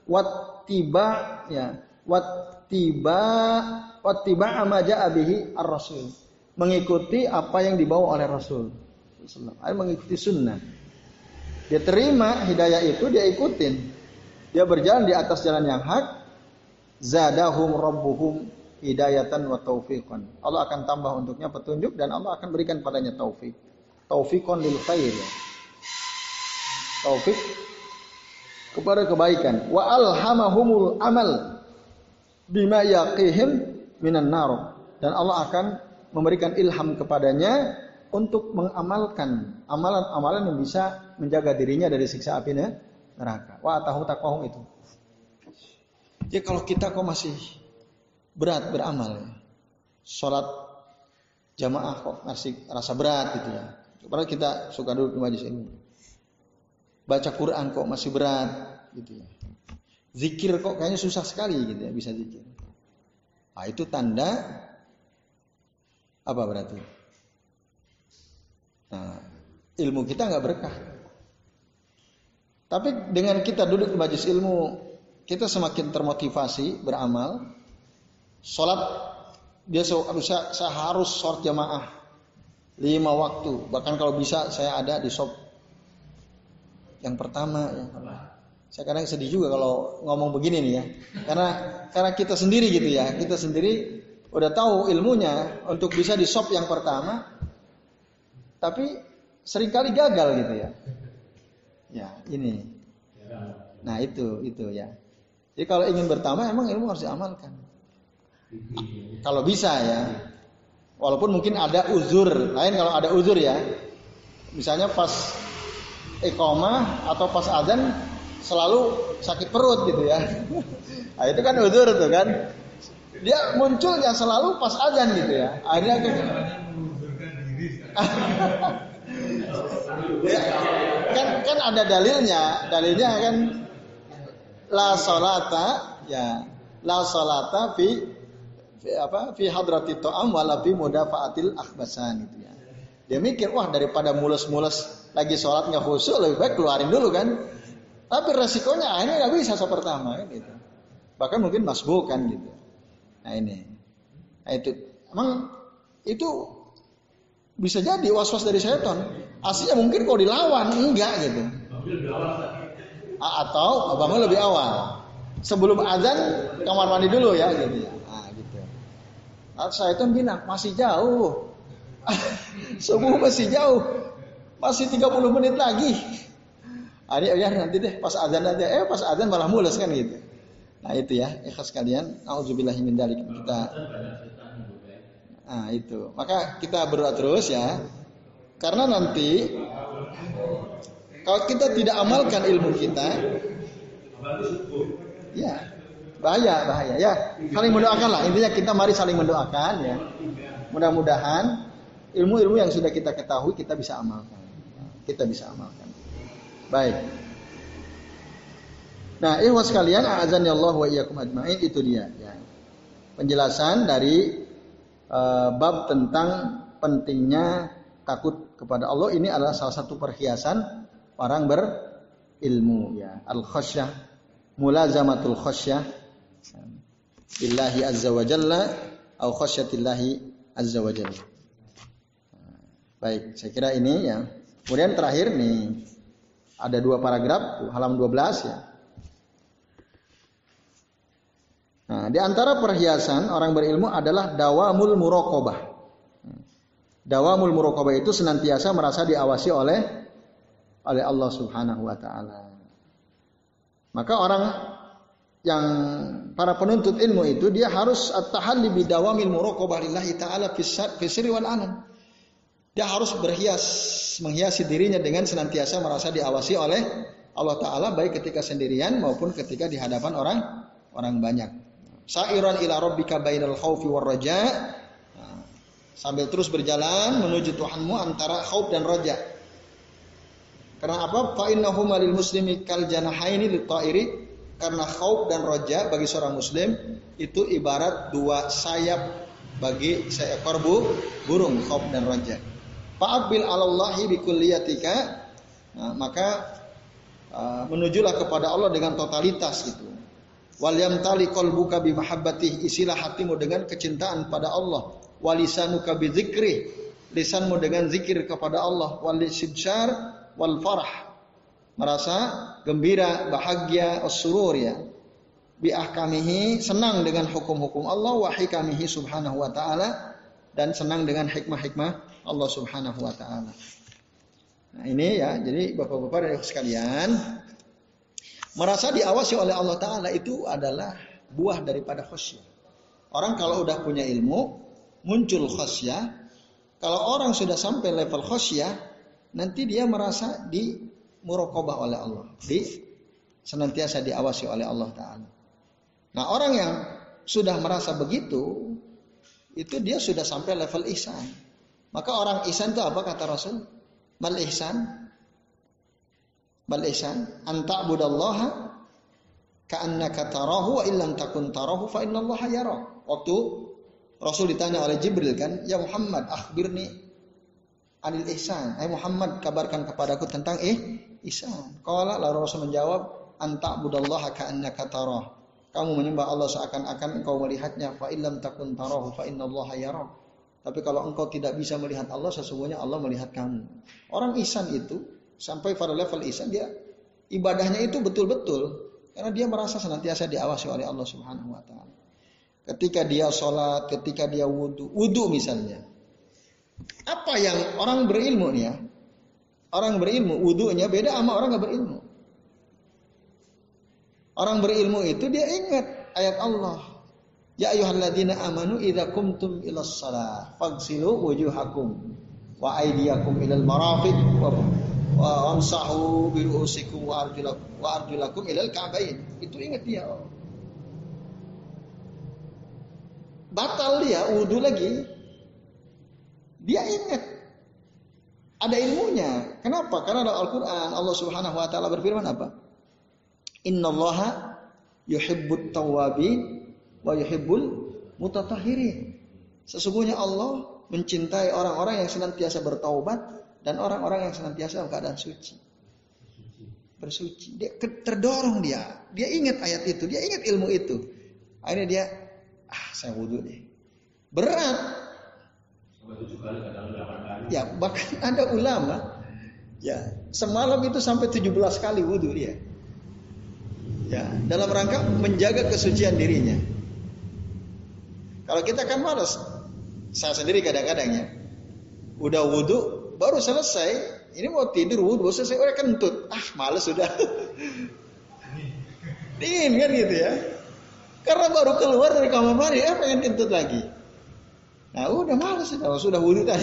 wattiba ma jaa bihi ar-rasul. Mengikuti apa yang dibawa oleh Rasul sallallahu alaihi wasallam, mengikuti sunnah. Dia terima hidayah itu, dia ikutin. Dia berjalan di atas jalan yang hak. Zadahum rabbuhum hidayatan wa taufiqan. Allah akan tambah untuknya petunjuk dan Allah akan berikan padanya taufik. Taufiqan lil khair. Taufik kepada kebaikan. Wa alhamahumul amal bima yaqihim minan nar. Dan Allah akan memberikan ilham kepadanya untuk mengamalkan amalan-amalan yang bisa menjaga dirinya dari siksa api neraka. Wa atahu taqwahum itu. Jadi kalau kita kok masih berat beramal ya. Salat jamaah kok masih rasa berat gitu ya. Padahal kita suka duduk di majelis ilmu. Baca Quran kok masih berat gitu ya. Zikir kok kayaknya susah sekali gitu ya bisa zikir. Nah, itu tanda apa berarti? Nah, ilmu kita nggak berkah. Tapi dengan kita duduk di majelis ilmu, kita semakin termotivasi beramal. Sholat dia saya harus sholat jamaah 5 waktu. Bahkan kalau bisa saya ada di shop yang pertama. Ya. Saya kadang sedih juga kalau ngomong begini nih ya. Karena kita sendiri gitu ya. Kita sendiri udah tahu ilmunya untuk bisa di shop yang pertama. Tapi seringkali gagal gitu ya. Ya ini. Nah itu ya. Jadi kalau ingin bertambah emang ilmu harus diamalkan. Kalau bisa ya. Walaupun mungkin ada uzur. Lain kalau ada uzur ya. Misalnya pas iqamah atau pas azan selalu sakit perut gitu ya. Nah itu kan uzur tuh kan. Dia munculnya selalu pas azan gitu ya. Akhirnya kan ada dalilnya kan la salata fi hadrati ta'am wala fi mudafa'atil akhbasan gitu ya. Dia mikir wah daripada mules-mules lagi sholat nggak khusyuk lebih baik keluarin dulu kan. Tapi resikonya akhirnya nggak bisa pertama kan gitu. Bahkan mungkin masbuk kan gitu. Nah itu emang itu bisa jadi was-was dari setan. Aslinya mungkin kalau dilawan enggak gitu. Atau bangun lebih awal. Sebelum azan kamar mandi dulu ya gitu. Nah gitu. Setan bilang masih jauh. Subuh masih jauh. Masih 30 menit lagi. Ya nanti deh pas azan aja. Pas azan malah mules kan gitu. Nah itu ya, ikhlas kalian. Auzubillahi min dzalik kita. Nah itu. Maka kita berdoa terus ya. Karena nanti kalau kita tidak amalkan ilmu kita, ya bahaya ya. Saling mendoakan lah. Intinya kita mari saling mendoakan ya. Mudah-mudahan ilmu-ilmu yang sudah kita ketahui kita bisa amalkan. Kita bisa amalkan. Baik. Nah, ikhwas sekalian, a'azanillahu wa iyyakum ajmain, itu dia ya. Penjelasan dari bab tentang pentingnya takut kepada Allah ini adalah salah satu perhiasan orang berilmu ya. Al-khasyah, mulazamatul khasyah billahi azza wa jalla au khasyatillahi azza wa jalla. Baik, saya kira ini ya. Kemudian terakhir nih ada 2 paragraf halaman 12 ya. Nah, di antara perhiasan orang berilmu adalah dawamul muraqabah. Dawamul muraqabah itu senantiasa merasa diawasi oleh Allah Subhanahu wa taala. Maka orang yang para penuntut ilmu itu dia harus at-tahalli bi dawamil muraqabah lillahi taala fi sirri wal alan. Dia harus menghiasi dirinya dengan senantiasa merasa diawasi oleh Allah taala baik ketika sendirian maupun ketika di hadapan orang banyak. Sa'iran ila rabbika bainal khaufi war raja. Sambil terus berjalan menuju Tuhanmu antara khauf dan raja. Karena apa? Fa innahuma lil muslimi kal janahaini lit ta'iri. Karena khauf dan raja bagi seorang muslim itu ibarat 2 sayap bagi seekor burung, khauf dan raja. Fa'aqbil 'alallahi bikulliyatika. Maka menujulah kepada Allah dengan totalitas gitu. Wal yamtali qalbuka bi mahabbatih, isilah hatimu dengan kecintaan pada Allah. Walisanuka bi dzikri, lisanmu dengan zikir kepada Allah. Wal istibsyar wal farah, merasa gembira, bahagia, as-surur ya. Bi ahkamihi, senang dengan hukum-hukum Allah, wa hikamihi subhanahu wa ta'ala, dan senang dengan hikmah-hikmah Allah subhanahu wa ta'ala. Nah ini ya, jadi bapak-bapak dan ibu sekalian, merasa diawasi oleh Allah Ta'ala itu adalah buah daripada khasyah. Orang kalau udah punya ilmu, muncul khasyah. Kalau orang sudah sampai level khasyah, nanti dia merasa di muraqabah oleh Allah. Senantiasa diawasi oleh Allah Ta'ala. Nah orang yang sudah merasa begitu, itu dia sudah sampai level ihsan. Maka orang ihsan itu apa kata Rasul? Mal ihsan? Bal ihsan anta budallaha ka'annaka tarahu wa illam takun tarahu fa innallaha yara. Waktu Rasul ditanya oleh Jibril kan, ya Muhammad akhbirni anil ihsan. Hai Muhammad kabarkan kepadaku tentang ihsan. Qala lalu Rasul menjawab anta budallaha ka'annaka tarah. Kamu menyembah Allah seakan-akan engkau melihatnya, fa illam takun tarahu fa innallaha yara. Tapi kalau engkau tidak bisa melihat Allah, sesungguhnya Allah melihat kamu. Orang ihsan itu sampai pada level ihsan dia ibadahnya itu betul-betul karena dia merasa senantiasa diawasi oleh Allah Subhanahu wa taala. Ketika dia sholat, ketika dia wudu misalnya. Apa yang orang berilmu nih ya? Orang berilmu wudunya beda sama orang enggak berilmu. Orang berilmu itu dia ingat ayat Allah. Ya ayyuhalladzina amanu idza qumtum ilas shalah faghsilu wujuhakum wa aydiyakum ilal marafiq wa amsahu bi ru'usikum wa arjulakum ilal ka'bain. Itu ingat dia. Batal dia wudu lagi. Dia ingat. Ada ilmunya. Kenapa? Karena dalam Al-Qur'an Allah Subhanahu wa taala berfirman apa? Innallaha yuhibbut tawwabin wa yuhibbul mutatahhirin. Sesungguhnya Allah mencintai orang-orang yang senantiasa bertaubat dan orang-orang yang senantiasa dalam keadaan suci. Bersuci. Dia terdorong dia. Dia ingat ayat itu, dia ingat ilmu itu. Akhirnya dia saya wudu deh. Berat. Ya, bahkan ada ulama ya, semalam itu sampai 17 kali wudu dia. Ya, dalam rangka menjaga kesucian dirinya. Kalau kita kan malas. Saya sendiri kadang-kadang ya. Udah wudu, baru selesai. Ini mau tidur wudu, selesai udah kentut. Malas sudah. Dingin kan gitu ya. Karena baru keluar dari kamar mandi, pengen kentut lagi. Nah udah malas sudah wudu tadi.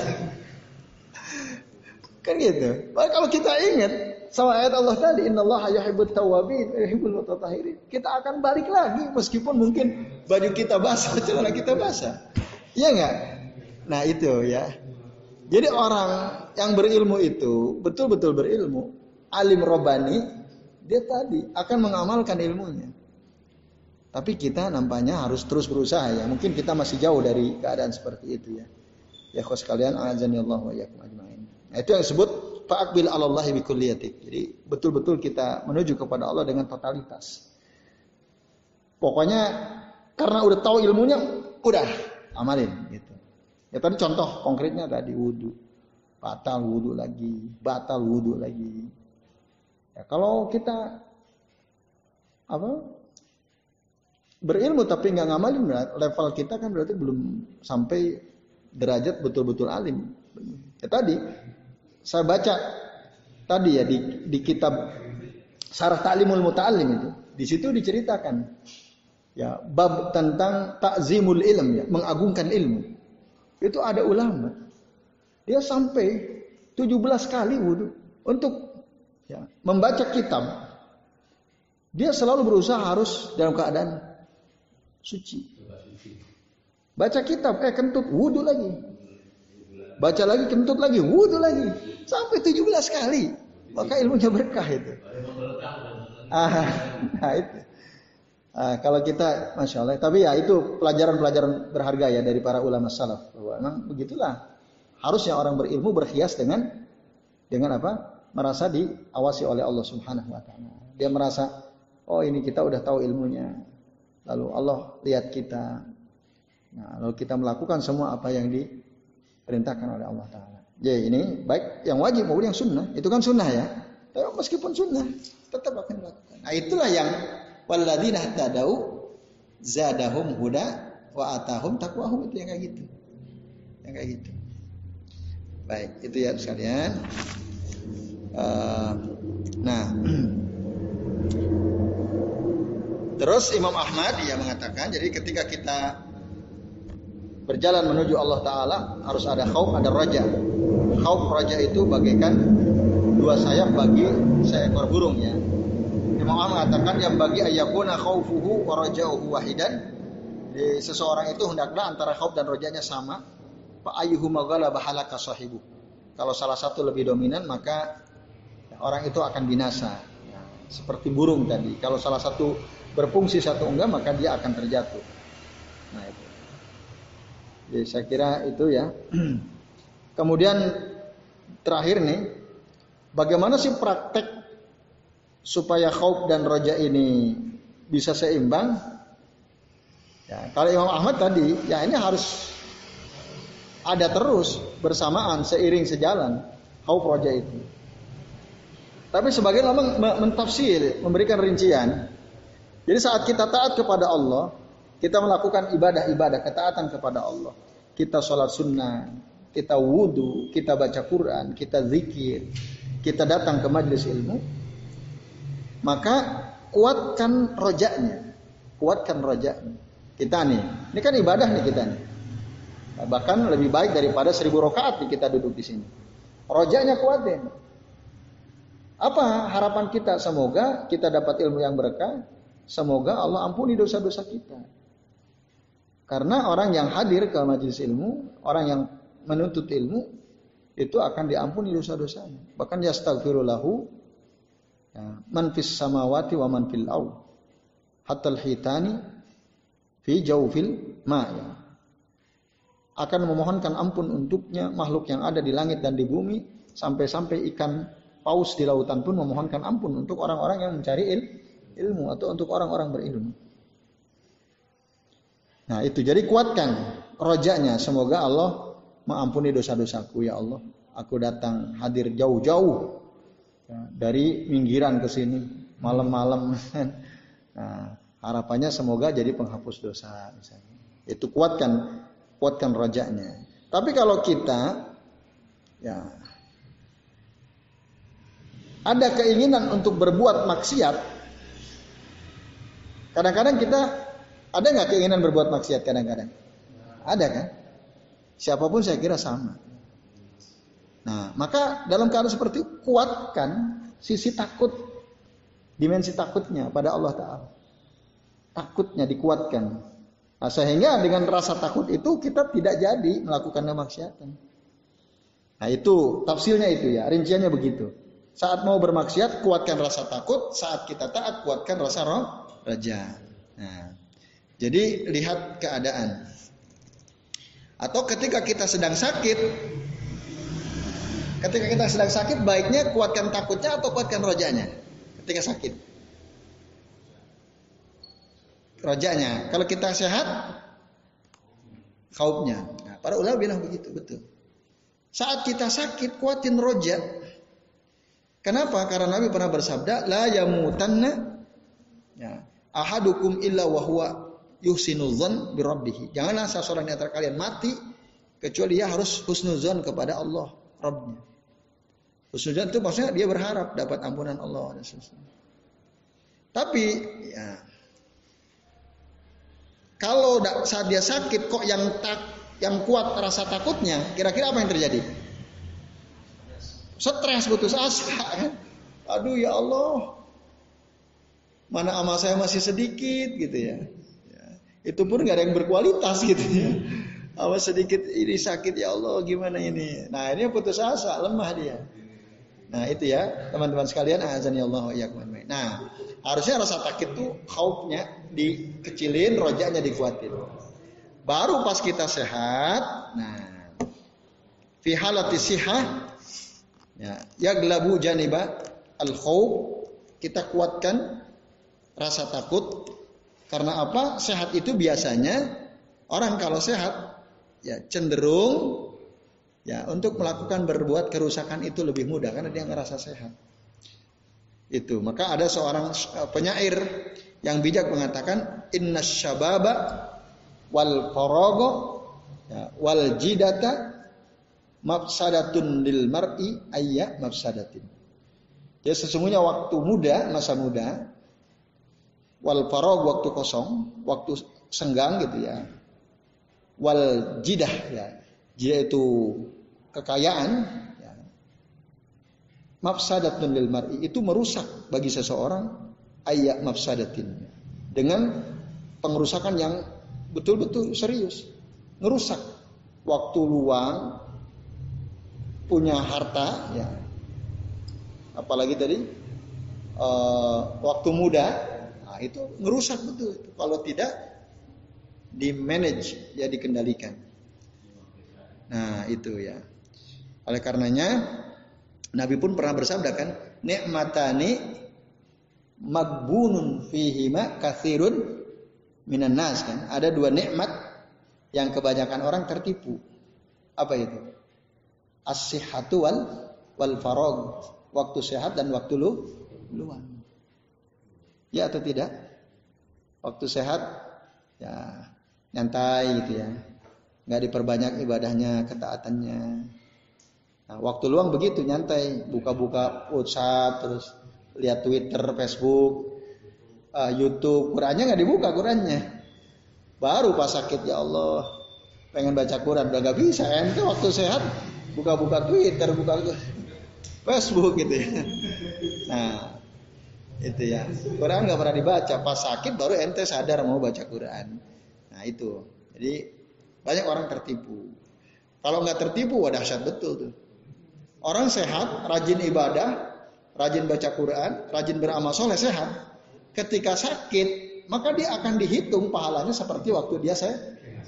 Kan gitu. Kalau kita ingat sama ayat Allah tadi, innallaha yuhibbut tawwabin wa yuhibbul mutatahhirin. Kita akan balik lagi meskipun mungkin baju kita basah, celana kita basah. Iya enggak? Nah itu ya. Jadi orang yang berilmu itu betul-betul berilmu, alim robbani, dia tadi akan mengamalkan ilmunya. Tapi kita nampaknya harus terus berusaha ya. Mungkin kita masih jauh dari keadaan seperti itu ya. Ya khos kalian azanillahu wa iyyakum ajmain. Nah, itu yang disebut fa'aqbil 'alallahi bikulliyatik. Jadi betul-betul kita menuju kepada Allah dengan totalitas. Pokoknya karena udah tahu ilmunya, udah amalin gitu. Ya tadi contoh konkretnya tadi wudu. Batal wudu lagi. Ya, kalau kita berilmu tapi nggak ngamalin, level kita kan berarti belum sampai derajat betul-betul alim. Ya tadi saya baca tadi ya di kitab Syarah Ta'limul Muta'allim itu, di situ diceritakan ya bab tentang ta'zimul ilm, ya, mengagungkan ilmu. Itu ada ulama dia sampai 17 kali wudu untuk ya, membaca kitab. Dia selalu berusaha harus dalam keadaan suci. Baca kitab, kentut, wudu lagi. Baca lagi, kentut lagi, wudu lagi. Sampai 17 kali. Maka ilmunya berkah itu. Nah itu. Kalau kita, Masya Allah. Tapi ya itu pelajaran-pelajaran berharga ya dari para ulama salaf. Bahwa memang begitulah. Harusnya orang berilmu berhias dengan apa? Merasa diawasi oleh Allah Subhanahu wa taala. Dia merasa, oh ini kita udah tahu ilmunya. Lalu Allah lihat kita. Nah, lalu kita melakukan semua apa yang diperintahkan oleh Allah Ta'ala. Jadi ini baik yang wajib maupun yang sunnah. Itu kan sunnah ya. Tapi meskipun sunnah, tetap akan melakukan. Nah itulah yang walladzina tadau zadahum huda wa atahum taqwahum, itu yang kayak gitu. Yang kayak gitu. Baik, itu ya sekalian. Nah, terus Imam Ahmad dia mengatakan, jadi ketika kita berjalan menuju Allah Ta'ala harus ada khauf, ada raja. Khauf, raja itu bagaikan dua sayap bagi seekor burung ya. Imam Ahmad mengatakan yang bagi ayyakuna khaufuhu wa raja'uhu wahidan. Jadi seseorang itu hendaklah antara khauf dan rajanya sama. Fa ayyuhuma ghalaba halaka sahibu. Kalau salah satu lebih dominan maka orang itu akan binasa. Ya, seperti burung tadi. Kalau salah satu berfungsi satu enggak maka dia akan terjatuh. Nah itu. Jadi saya kira itu ya. Kemudian terakhir nih, bagaimana sih praktek supaya khauf dan raja ini bisa seimbang? Ya, kalau Imam Ahmad tadi, ya ini harus ada terus bersamaan, seiring sejalan khauf raja itu. Tapi sebagian ulama mentafsir, memberikan rincian. Jadi saat kita taat kepada Allah, kita melakukan ibadah-ibadah, ketaatan kepada Allah. Kita sholat sunnah, kita wudu, kita baca Quran, kita zikir, kita datang ke majelis ilmu. Maka kuatkan rojanya. Kuatkan rojanya. Kita nih, ini kan ibadah nih kita nih. Bahkan lebih baik daripada 1000 rakaat nih kita duduk di sini. Rojanya kuatin. Apa harapan kita? Semoga kita dapat ilmu yang berkah. Semoga Allah ampuni dosa-dosa kita. Karena orang yang hadir ke majelis ilmu, orang yang menuntut ilmu, itu akan diampuni dosa-dosanya. Bahkan yastaghfiru lahu man fis samawati wa man fil ardh hatta al-hitani fi jawfil ma. Akan memohonkan ampun untuknya makhluk yang ada di langit dan di bumi, sampai-sampai ikan paus di lautan pun memohonkan ampun untuk orang-orang yang mencari ilmu atau untuk orang-orang berilmu. Nah itu, jadi kuatkan rojanya. Semoga Allah mengampuni dosa-dosaku ya Allah. Aku datang hadir jauh-jauh ya, dari minggiran ke sini malam-malam. Nah, harapannya semoga jadi penghapus dosa misalnya. Itu kuatkan rojanya. Tapi kalau kita ya ada keinginan untuk berbuat maksiat, kadang-kadang kita ada nggak keinginan berbuat maksiat kadang-kadang? Ada kan? Siapapun saya kira sama. Nah, maka dalam keadaan seperti itu kuatkan sisi takut, dimensi takutnya pada Allah Ta'ala. Takutnya dikuatkan. Nah, sehingga dengan rasa takut itu kita tidak jadi melakukan kemaksiatan. Nah itu tafsirnya itu ya, rinciannya begitu. Saat mau bermaksiat kuatkan rasa takut, saat kita taat kuatkan rasa raja. Nah, jadi lihat keadaan. Atau ketika kita sedang sakit, Ketika kita sedang sakit, baiknya kuatkan takutnya atau kuatkan rojanya? Ketika sakit, rojanya. Kalau kita sehat, khaufnya. Nah, para ulama bilang begitu, betul. Saat kita sakit, kuatin roja. Kenapa? Karena Nabi pernah bersabda, la yamutanna ahadukum illa wa huwa yuhsinudzan bi rabbih. Janganlah seseorang di antara kalian mati kecuali dia harus husnuzan kepada Allah Rabbnya. Husnuzan itu maksudnya dia berharap dapat ampunan Allah dan sebagainya. Tapi ya, kalau saat dia sakit kok yang kuat rasa takutnya, kira-kira apa yang terjadi? Stres, putus asa. Aduh ya Allah, mana amal saya masih sedikit gitu ya. Itu pun gak ada yang berkualitas gitu ya. Amal sedikit ini sakit ya Allah gimana ini. Nah ini putus asa, lemah dia. Nah itu ya teman-teman sekalian, azani Allah wa iyyakum. Nah harusnya rasa takut tuh khaufnya dikecilin, rojanya dikuatin. Baru pas kita sehat, nah fi halati sihah ya yaglabu janiba al khauf, kita kuatkan rasa takut. Karena apa? Sehat itu biasanya orang kalau sehat ya cenderung ya untuk melakukan berbuat kerusakan itu lebih mudah karena dia ngerasa sehat. Itu maka ada seorang penyair yang bijak mengatakan innas syababa wal farago ya, wal jidata mafsadatun lil mar'i ayya mafsadatin. Ya sesungguhnya waktu muda, masa muda, wal farag waktu kosong, waktu senggang gitu ya. Wal jidah ya. Jidah itu kekayaan ya. Mafsadatun lil mar'i itu merusak bagi seseorang ayya mafsadatin. Dengan pengerusakan yang betul-betul serius. Ngerusak waktu luang, punya harta ya. Apalagi tadi waktu muda, nah, itu ngerusak betul. Kalau tidak di manage ya dikendalikan. Nah itu ya. Oleh karenanya Nabi pun pernah bersabda kan, nikmatani magbunun fihima katsirun minan nas kan. Ada dua nikmat yang kebanyakan orang tertipu. Apa itu? As-sihhatu wal farag. Waktu sehat dan waktu luang. Ya atau tidak? Waktu sehat ya nyantai gitu ya. Enggak diperbanyak ibadahnya, ketaatannya. Nah, waktu luang begitu nyantai, buka-buka WhatsApp, terus lihat Twitter, Facebook, YouTube, Qurannya nggak dibuka Qurannya. Baru pas sakit ya Allah, pengen baca Quran udah nggak bisa. Ente waktu sehat buka-buka Twitter, buka Facebook gitu ya. Nah, itu ya. Quran nggak pernah dibaca, pas sakit baru ente sadar mau baca Quran. Nah itu. Jadi banyak orang tertipu. Kalau nggak tertipu, wah dahsyat betul tuh. Orang sehat, rajin ibadah, rajin baca Quran, rajin beramal soleh, sehat. Ketika sakit, maka dia akan dihitung pahalanya seperti waktu dia sehat.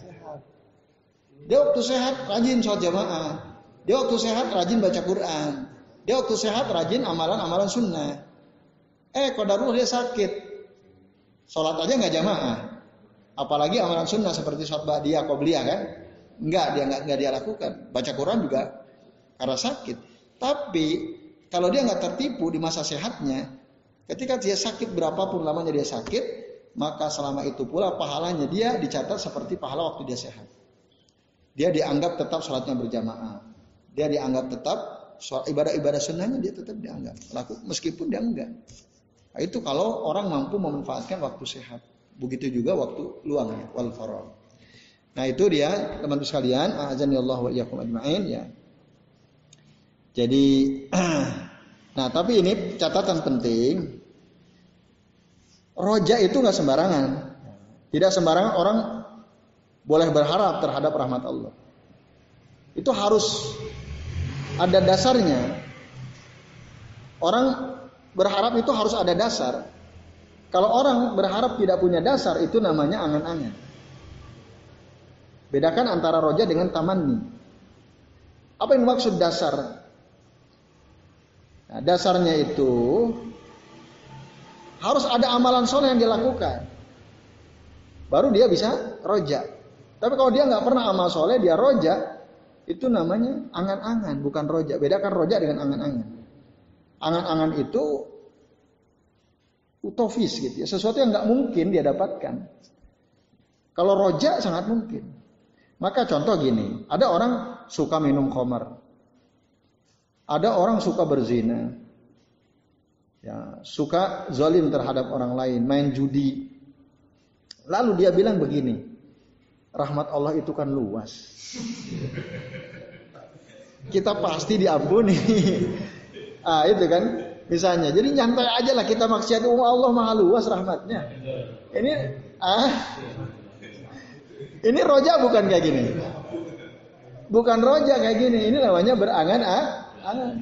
Dia waktu sehat rajin sholat jamaah. Dia waktu sehat rajin baca Quran. Dia waktu sehat rajin amalan-amalan sunnah. Qadarullah dia sakit, sholat aja nggak jamaah. Apalagi amalan sunnah seperti sholat ba'diyah, qobliyah kan? Enggak dia lakukan. Baca Quran juga karena sakit. Tapi kalau dia nggak tertipu di masa sehatnya, ketika dia sakit berapapun lamanya dia sakit, maka selama itu pula pahalanya dia dicatat seperti pahala waktu dia sehat. Dia dianggap tetap sholatnya berjamaah. Dia dianggap tetap ibadah-ibadah sunnahnya dia tetap dianggap laku meskipun dia enggak. Nah, itu kalau orang mampu memanfaatkan waktu sehat. Begitu juga waktu luangnya wal faragh. Nah itu dia teman-teman sekalian, azanillahu wa iyyakum ajmain ya. Jadi nah tapi ini catatan penting. Roja itu enggak sembarangan. Tidak sembarangan orang boleh berharap terhadap rahmat Allah. Itu harus ada dasarnya. Orang berharap itu harus ada dasar. Kalau orang berharap tidak punya dasar, itu namanya angan-angan. Bedakan antara roja dengan tamanni. Apa yang maksud dasar? Nah, dasarnya itu harus ada amalan soleh yang dilakukan, baru dia bisa roja. Tapi kalau dia nggak pernah amal soleh, dia roja, itu namanya angan-angan, bukan roja. Bedakan roja dengan angan-angan. Angan-angan itu utopis gitu ya, sesuatu yang nggak mungkin dia dapatkan. Kalau roja sangat mungkin. Maka contoh gini, ada orang suka minum khamar, ada orang suka berzina, ya, suka zalim terhadap orang lain, main judi. Lalu dia bilang begini, rahmat Allah itu kan luas, kita pasti diampuni. Itu kan misalnya. Jadi nyantai aja lah kita maksiat, Allah maha luas rahmatnya. Ini roja bukan kayak gini, bukan roja kayak gini. Ini namanya berangan-angan.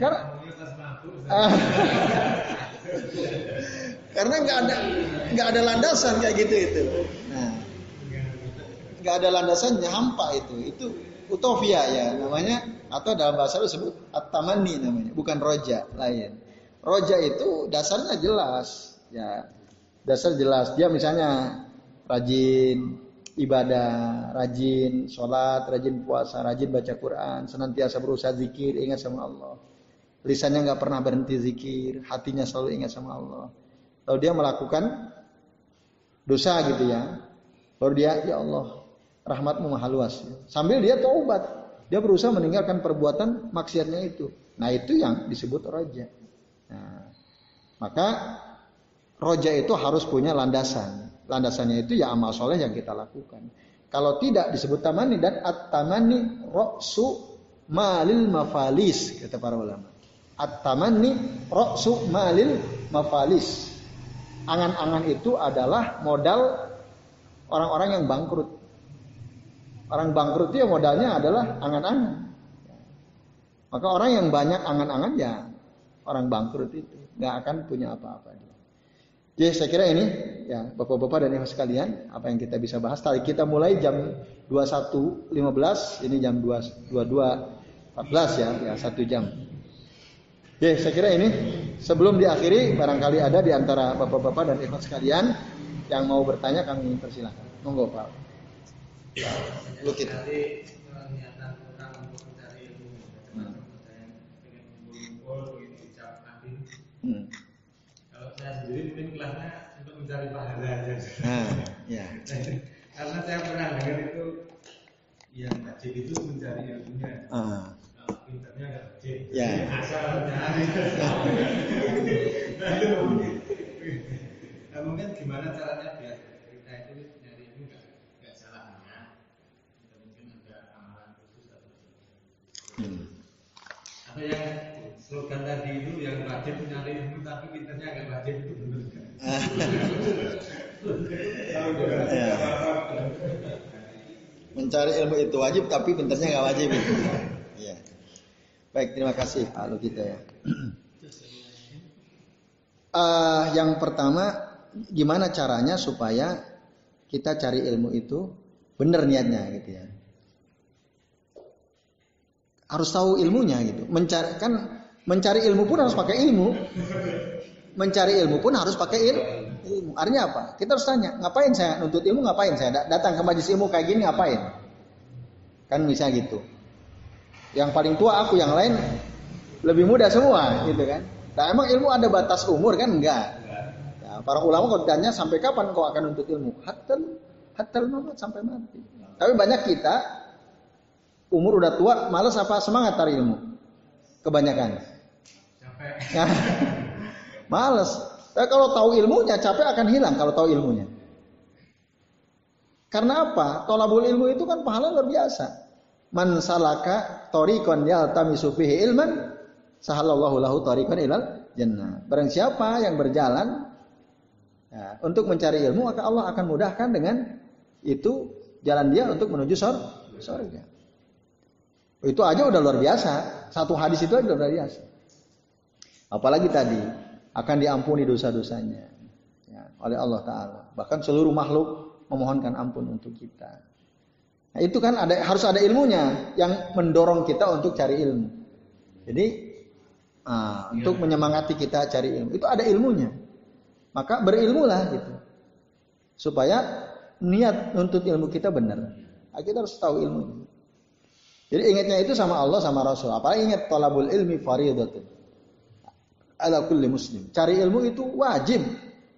Karena nggak ada landasan kayak gitu itu. Nah, nggak ada landasannya, hampa itu utopia ya namanya, atau dalam bahasa lu sebut at-tamanni namanya, bukan roja lain. Roja itu dasarnya jelas, ya dasar jelas. Dia misalnya rajin ibadah, rajin sholat, rajin puasa, rajin baca Quran, senantiasa berusaha zikir, ingat sama Allah. Lisannya nggak pernah berhenti zikir, hatinya selalu ingat sama Allah. Lalu dia melakukan dosa gitu ya, baru dia, ya Allah, rahmatmu maha luas. Sambil dia taubat, dia berusaha meninggalkan perbuatan maksiatnya itu. Nah itu yang disebut roja. Nah, maka roja itu harus punya landasan. Landasannya itu ya amal soleh yang kita lakukan. Kalau tidak disebut tamani, dan at-tamani ra'su malil mafalis, kata para ulama. At-tamani ra'su malil mafalis. Angan-angan itu adalah modal orang-orang yang bangkrut. Orang bangkrut itu ya modalnya adalah angan-angan. Maka orang yang banyak angan-angan ya orang bangkrut itu nggak akan punya apa-apa. Jadi saya kira ini ya bapak-bapak dan ibu sekalian, apa yang kita bisa bahas. Tadi kita mulai jam 21.15, ini jam 22.14 ya 1 jam. Oke, saya kira ini sebelum diakhiri, barangkali ada di antara bapak-bapak dan ibu sekalian yang mau bertanya, kami persilahkan. Monggo Pak. Lu kita. Kalau saya sendiri mungkin kelasnya untuk mencari pahala aja. Ya. Karena saya pernah dengar itu yang wajib itu mencari ilmunya. Kalau pinternya nggak wajib. Ya. Asal mencari. Nah, mungkin gimana caranya biar kita itu nyari ilmu nggak salahnya. Mungkin ada amalan khusus atau atau yang slogan tadi itu yang wajib mencari ilmu tapi pinternya nggak wajib, itu benar kan? Mencari ilmu itu wajib tapi pinternya nggak wajib itu. Ya. Baik, terima kasih Pak Lu kita ya. Yang pertama, gimana caranya supaya kita cari ilmu itu benar niatnya gitu ya. Harus tahu ilmunya gitu. Mencari ilmu pun harus pakai ilmu. Mencari ilmu pun harus pakai ilmu. Artinya apa? Kita harus tanya, ngapain saya nuntut ilmu? Ngapain saya datang ke majelis ilmu kayak gini? Ngapain? Kan bisa gitu. Yang paling tua aku, yang lain lebih muda semua, gitu kan? Nah, emang ilmu ada batas umur kan? Enggak. Nah, para ulama kalau ditanya sampai kapan kau akan nuntut ilmu? Hatta mamat, sampai mati. Tapi banyak kita umur udah tua, malas apa semangat cari ilmu? Kebanyakan. Capek. Malas. Tapi kalau tahu ilmunya, capek akan hilang kalau tahu ilmunya. Karena apa? Thalabul ilmu itu kan pahala luar biasa. Man salaka thariqan yaltamisu fihi ilman, sahalallahu lahu thariqan ilal jannah. Barang siapa yang berjalan ya, untuk mencari ilmu, maka Allah akan mudahkan dengan itu jalan dia untuk menuju surga. Itu aja udah luar biasa. Satu hadis itu aja udah luar biasa. Apalagi tadi akan diampuni dosa-dosanya ya, oleh Allah Ta'ala. Bahkan seluruh makhluk memohonkan ampun untuk kita. Nah, itu kan harus ada ilmunya yang mendorong kita untuk cari ilmu. Jadi untuk menyemangati kita cari ilmu. Itu ada ilmunya. Maka berilmulah gitu. Supaya niat nuntut ilmu kita benar. Kita harus tahu ilmu. Jadi ingatnya itu sama Allah sama Rasul. Apalagi ingat talabul ilmi fardhatun ala kulli muslim. Cari ilmu itu wajib.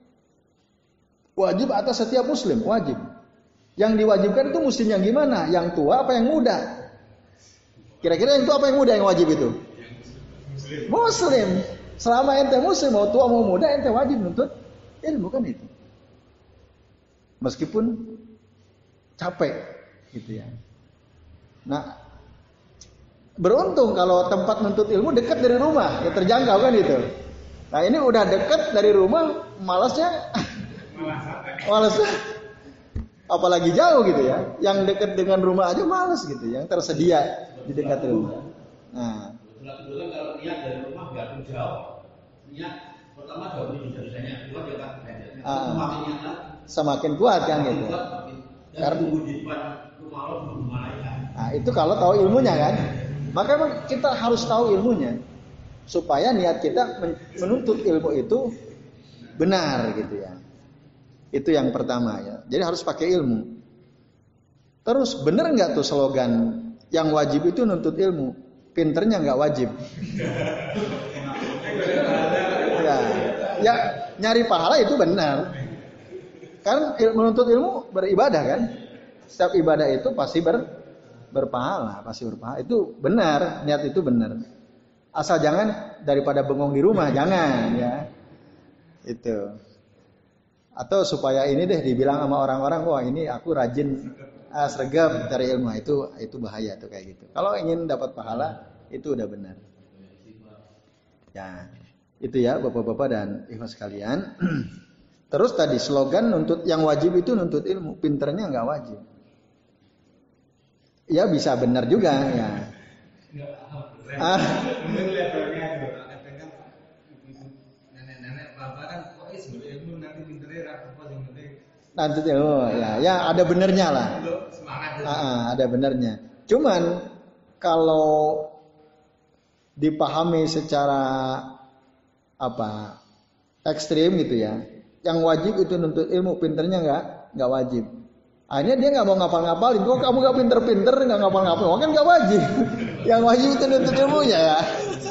Wajib atas setiap muslim, wajib. Yang diwajibkan itu muslim yang gimana? Yang tua apa yang muda? Kira-kira yang tua apa yang muda yang wajib itu? Muslim. Selama ente muslim mau tua mau muda ente wajib nuntut ilmu kan itu. Meskipun capek gitu ya. Nah, beruntung kalau tempat nuntut ilmu dekat dari rumah, ya terjangkau kan itu. Nah, ini udah dekat dari rumah, malasnya apalagi jauh gitu ya. Yang dekat dengan rumah aja malas gitu, yang tersedia di dekat rumah. Nah, kebetulan kalau niat dari rumah nggak jauh, niat pertama jauh ini biasanya, kedua dia akan semakin niat semakin kuat kan gitu. Karena di depan rumah lo belum malaikat. Nah, itu kalau tahu ilmunya kan. Maka memang kita harus tahu ilmunya supaya niat kita menuntut ilmu itu benar gitu ya. Itu yang pertama ya. Jadi harus pakai ilmu. Terus benar nggak tuh slogan yang wajib itu nuntut ilmu, pinternya nggak wajib. Ya nyari pahala itu benar. Kan menuntut ilmu beribadah kan. Setiap ibadah itu pasti berpahala, pasti berpahala. Itu benar, niat itu benar. Asal jangan daripada bengong di rumah, jangan ya. Itu. Atau supaya ini deh dibilang sama orang-orang, wah ini aku rajin sregep cari ilmu, itu bahaya tuh kayak gitu. Kalau ingin dapat pahala itu udah benar. Ya, itu ya Bapak-bapak dan ikhwas sekalian. Terus tadi slogan nuntut yang wajib itu nuntut ilmu, pinternya nggak wajib. Ya bisa benar juga ya. Nanti ya ada benernya lah. Ada benernya. Cuman kalau dipahami secara ekstrim gitu ya, yang wajib itu nuntut ilmu, pinternya nggak wajib. Akhirnya dia nggak mau ngapal-ngapalin. Kok kamu nggak pinter-pinter nggak ngapal-ngapalin? Kan nggak wajib. Yang wajib itu nuntut ilmunya ya.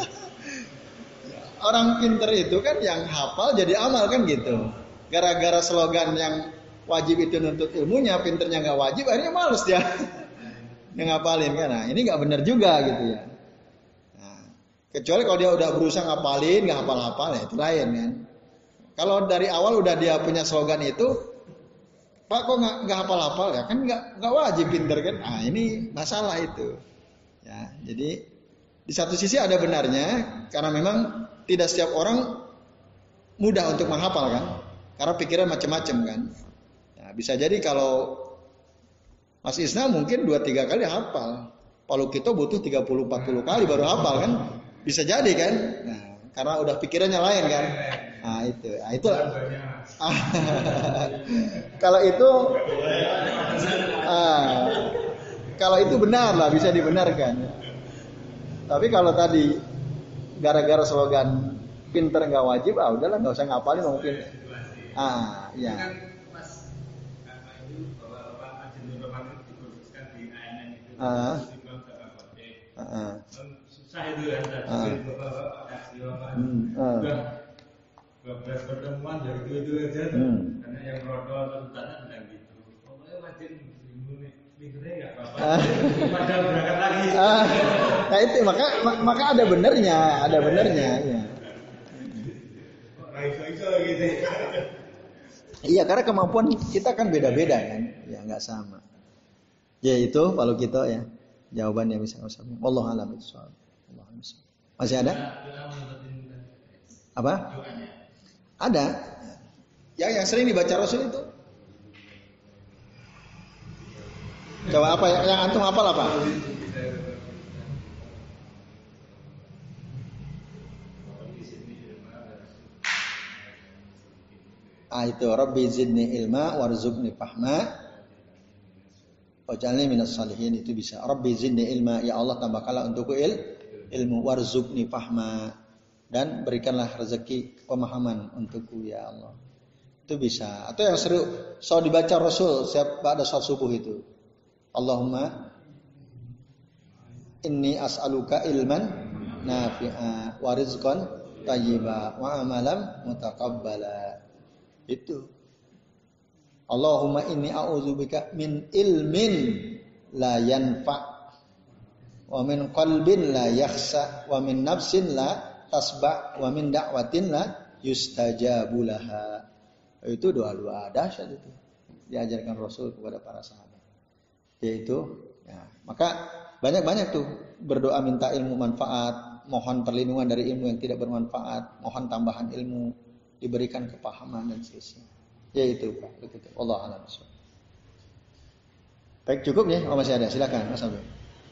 Orang pinter itu kan yang hafal jadi amal kan gitu. Gara-gara slogan yang wajib itu nuntut ilmunya, pinternya nggak wajib, akhirnya males dia ngapalin kan. Nah, ini nggak benar juga gitu ya. Nah, kecuali kalau dia udah berusaha ngapalin, nggak hafal-hafal ya itu lain kan. Kalau dari awal udah dia punya slogan itu, Pak kok nggak hafal-hafal ya kan nggak wajib pinter kan? Ah ini masalah itu. Ya jadi di satu sisi ada benarnya karena memang tidak setiap orang mudah untuk menghafal kan, karena pikiran macam-macam kan. Ya, bisa jadi kalau Mas Isna mungkin 2-3 kali hafal, Palu Kito butuh 30-40 kali baru hafal kan? Bisa jadi kan? Nah karena udah pikirannya lain kan. Nah itu kalau itu benar lah bisa dibenarkan. Tapi kalau tadi gara-gara slogan pinter nggak wajib, udahlah nggak usah ngapalin mungkin. Ya. Susah itu ya. Pertemuan dari itu aja karena yang rodol tuntutannya bilang gitu. Pokoknya wajib minggunya nggak apa-apa. Padahal berangkat lagi. Nah itu maka ada benernya ya. Iso gitu. Iya karena kemampuan kita kan beda-beda kan, ya nggak sama. Ya itu kalau kita ya jawabannya bisa sama. Wallahu a'lam bishawab. Masih ada? Apa? Ada. Yang sering dibaca Rasul itu. Coba apa yang antum hafal apa? Itu Rabbi zidni ilma warzuqni fahma waj'alni minas salihin, itu bisa. Rabbi zidni ilma, ya Allah tambahkanlah untukku ilmu, warzuqni fahma, dan berikanlah rezeki pemahaman untukku ya Allah. Itu bisa. Atau yang seru, so dibaca Rasul setiap pada salat subuh itu. Allahumma inni as'aluka ilman nafi'a wa rizqan thayyiba wa amalan mutaqabbala. Itu. Allahumma inni a'udzubika min ilmin la yanfa' wa min qalbin la yakhsa wa min nafsin la tasba' wa min da'watin la yustajabu laha. Itu doa-doa dahsyat itu diajarkan Rasul kepada para sahabat. Yaitu ya, maka banyak-banyak tuh berdoa minta ilmu manfaat, mohon perlindungan dari ilmu yang tidak bermanfaat, mohon tambahan ilmu, diberikan kepahaman dan seterusnya. Yaitu Pak, begitu. Allah a'lam. Baik, cukup ya? Oh masih ada, silakan Mas Abdul.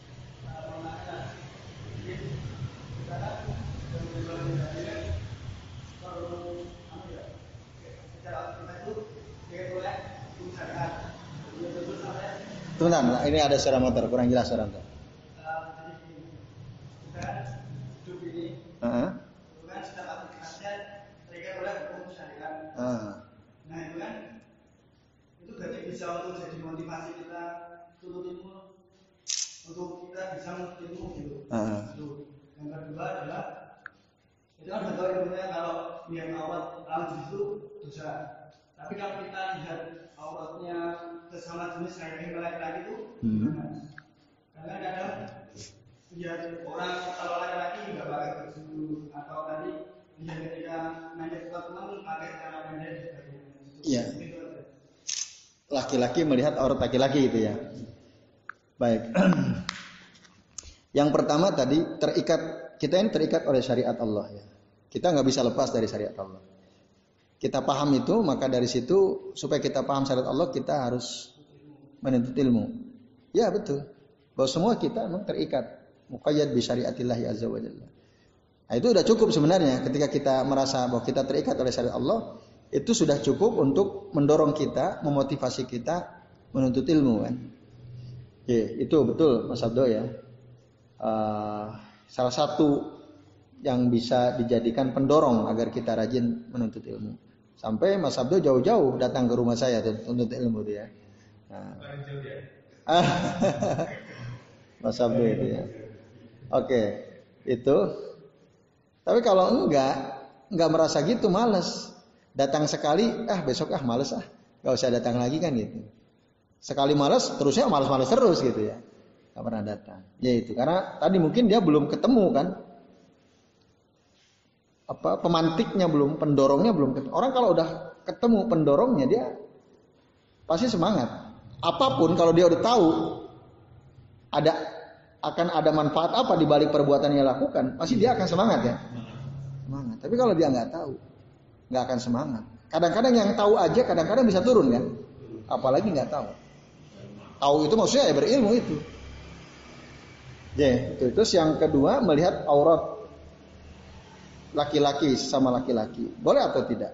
Tunggu, ini ada suara motor, kurang jelas suara motor. Nah itu kan, itu berarti bisa untuk jadi motivasi kita tuntut ilmu, untuk kita bisa menuntut ilmu gitu. Yang kedua adalah itu kan bentuk ilmunya kalau lihat aurat lawan itu dosa. Tapi kalau kita lihat auratnya sesama jenis kayak laki-laki itu, karena kadang lihat orang kalau laki-laki nggak pakai baju atau tadi lihat ketika nanya ke teman pakai cara pendek dan sebagainya. Iya. Laki-laki melihat aurat laki-laki gitu ya. Baik. Yang pertama tadi kita ini terikat oleh syariat Allah ya. Kita nggak bisa lepas dari syariat Allah. Kita paham itu, maka dari situ supaya kita paham syariat Allah kita harus menuntut ilmu. Ya betul. Bahwa semua kita memang terikat muqayyad bi syariatillah azza wa jalla. Nah, itu sudah cukup sebenarnya ketika kita merasa bahwa kita terikat oleh syariat Allah, itu sudah cukup untuk mendorong kita, memotivasi kita menuntut ilmu kan. Ya, itu betul Mas Abdo ya. Salah satu yang bisa dijadikan pendorong agar kita rajin menuntut ilmu. Sampai Mas Abdo jauh-jauh datang ke rumah saya untuk ilmu dia. Nah. Mas Abdo itu ya. Oke, itu. Tapi kalau enggak merasa gitu, malas. Datang sekali, besok malas Enggak usah datang lagi kan gitu. Sekali malas, terusnya malas-malas terus gitu ya. Enggak pernah datang. Ya itu, karena tadi mungkin dia belum ketemu kan. Pemantiknya belum, pendorongnya belum ketemu. Orang kalau udah ketemu pendorongnya dia pasti semangat. Apapun kalau dia udah tahu akan ada manfaat apa di balik perbuatan yang dia lakukan, pasti dia akan semangat ya. Semangat. Tapi kalau dia nggak tahu, nggak akan semangat. Kadang-kadang yang tahu aja kadang-kadang bisa turun kan. Apalagi nggak tahu. Tahu itu maksudnya ya berilmu itu. Ya, itu. Terus yang kedua melihat aurat laki-laki sama laki-laki. Boleh atau tidak?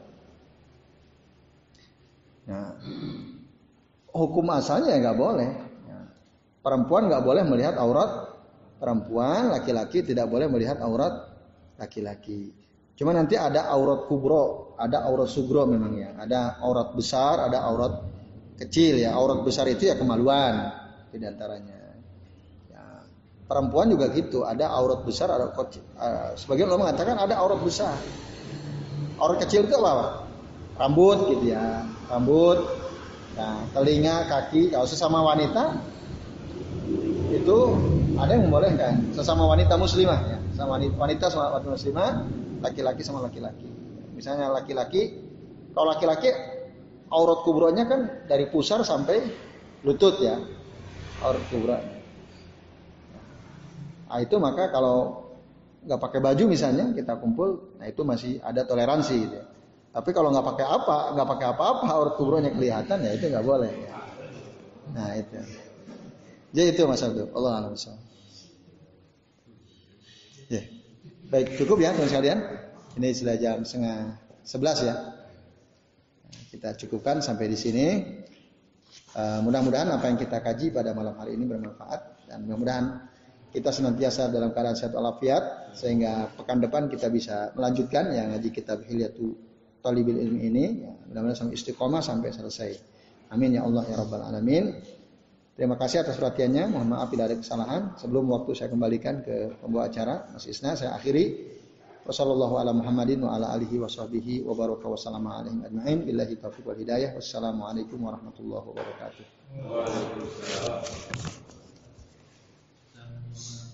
Nah, hukum asalnya nggak boleh. Perempuan nggak boleh melihat aurat perempuan, laki-laki tidak boleh melihat aurat laki-laki. Cuma nanti ada aurat kubro, ada aurat sugro memang ya. Ada aurat besar, ada aurat kecil ya. Aurat besar itu ya kemaluan di antaranya. Ya, perempuan juga gitu, ada aurat besar, ada kecil. Sebagian ulama mengatakan ada aurat besar. Aurat kecil itu apa? Rambut gitu ya, rambut. Nah, telinga, kaki, kalau sesama wanita itu ada yang membolehkan sesama wanita muslimah ya, sama wanita sama wanita muslimah, laki-laki sama laki-laki. Misalnya laki-laki, kalau laki-laki aurat kubronya kan dari pusar sampai lutut ya, aurat kubronya. Nah itu maka kalau nggak pakai baju misalnya kita kumpul, nah itu masih ada toleransi gitu ya. Tapi kalau nggak pakai apa-apa aurat kubronya kelihatan ya itu nggak boleh ya. Nah itu. Jadi itu Mas Abdul. Allah a'lam bishawab. Ya. Baik, cukup ya teman sekalian. Ini sudah jam 10:30 ya. Kita cukupkan sampai di sini. Mudah-mudahan apa yang kita kaji pada malam hari ini bermanfaat dan mudah-mudahan kita senantiasa dalam keadaan sehat walafiat sehingga pekan depan kita bisa melanjutkan yang ngaji kitab Hilyatul Thalibil Ilmi ini. Ya, mudah-mudahan sampai istiqomah sampai selesai. Amin ya Allah ya Rabbal Alamin. Terima kasih atas perhatiannya. Mohon maaf bila ada kesalahan. Sebelum waktu saya kembalikan ke pembawa acara Mas Isna, saya akhiri. Wassallallahu ala Muhammadin wa ala alihi wa sahbihi wa baraka wa sallama alaihim ajma'in. Billahi taufiq wal hidayah. Wassalamualaikum warahmatullahi wabarakatuh. Waalaikumsalam.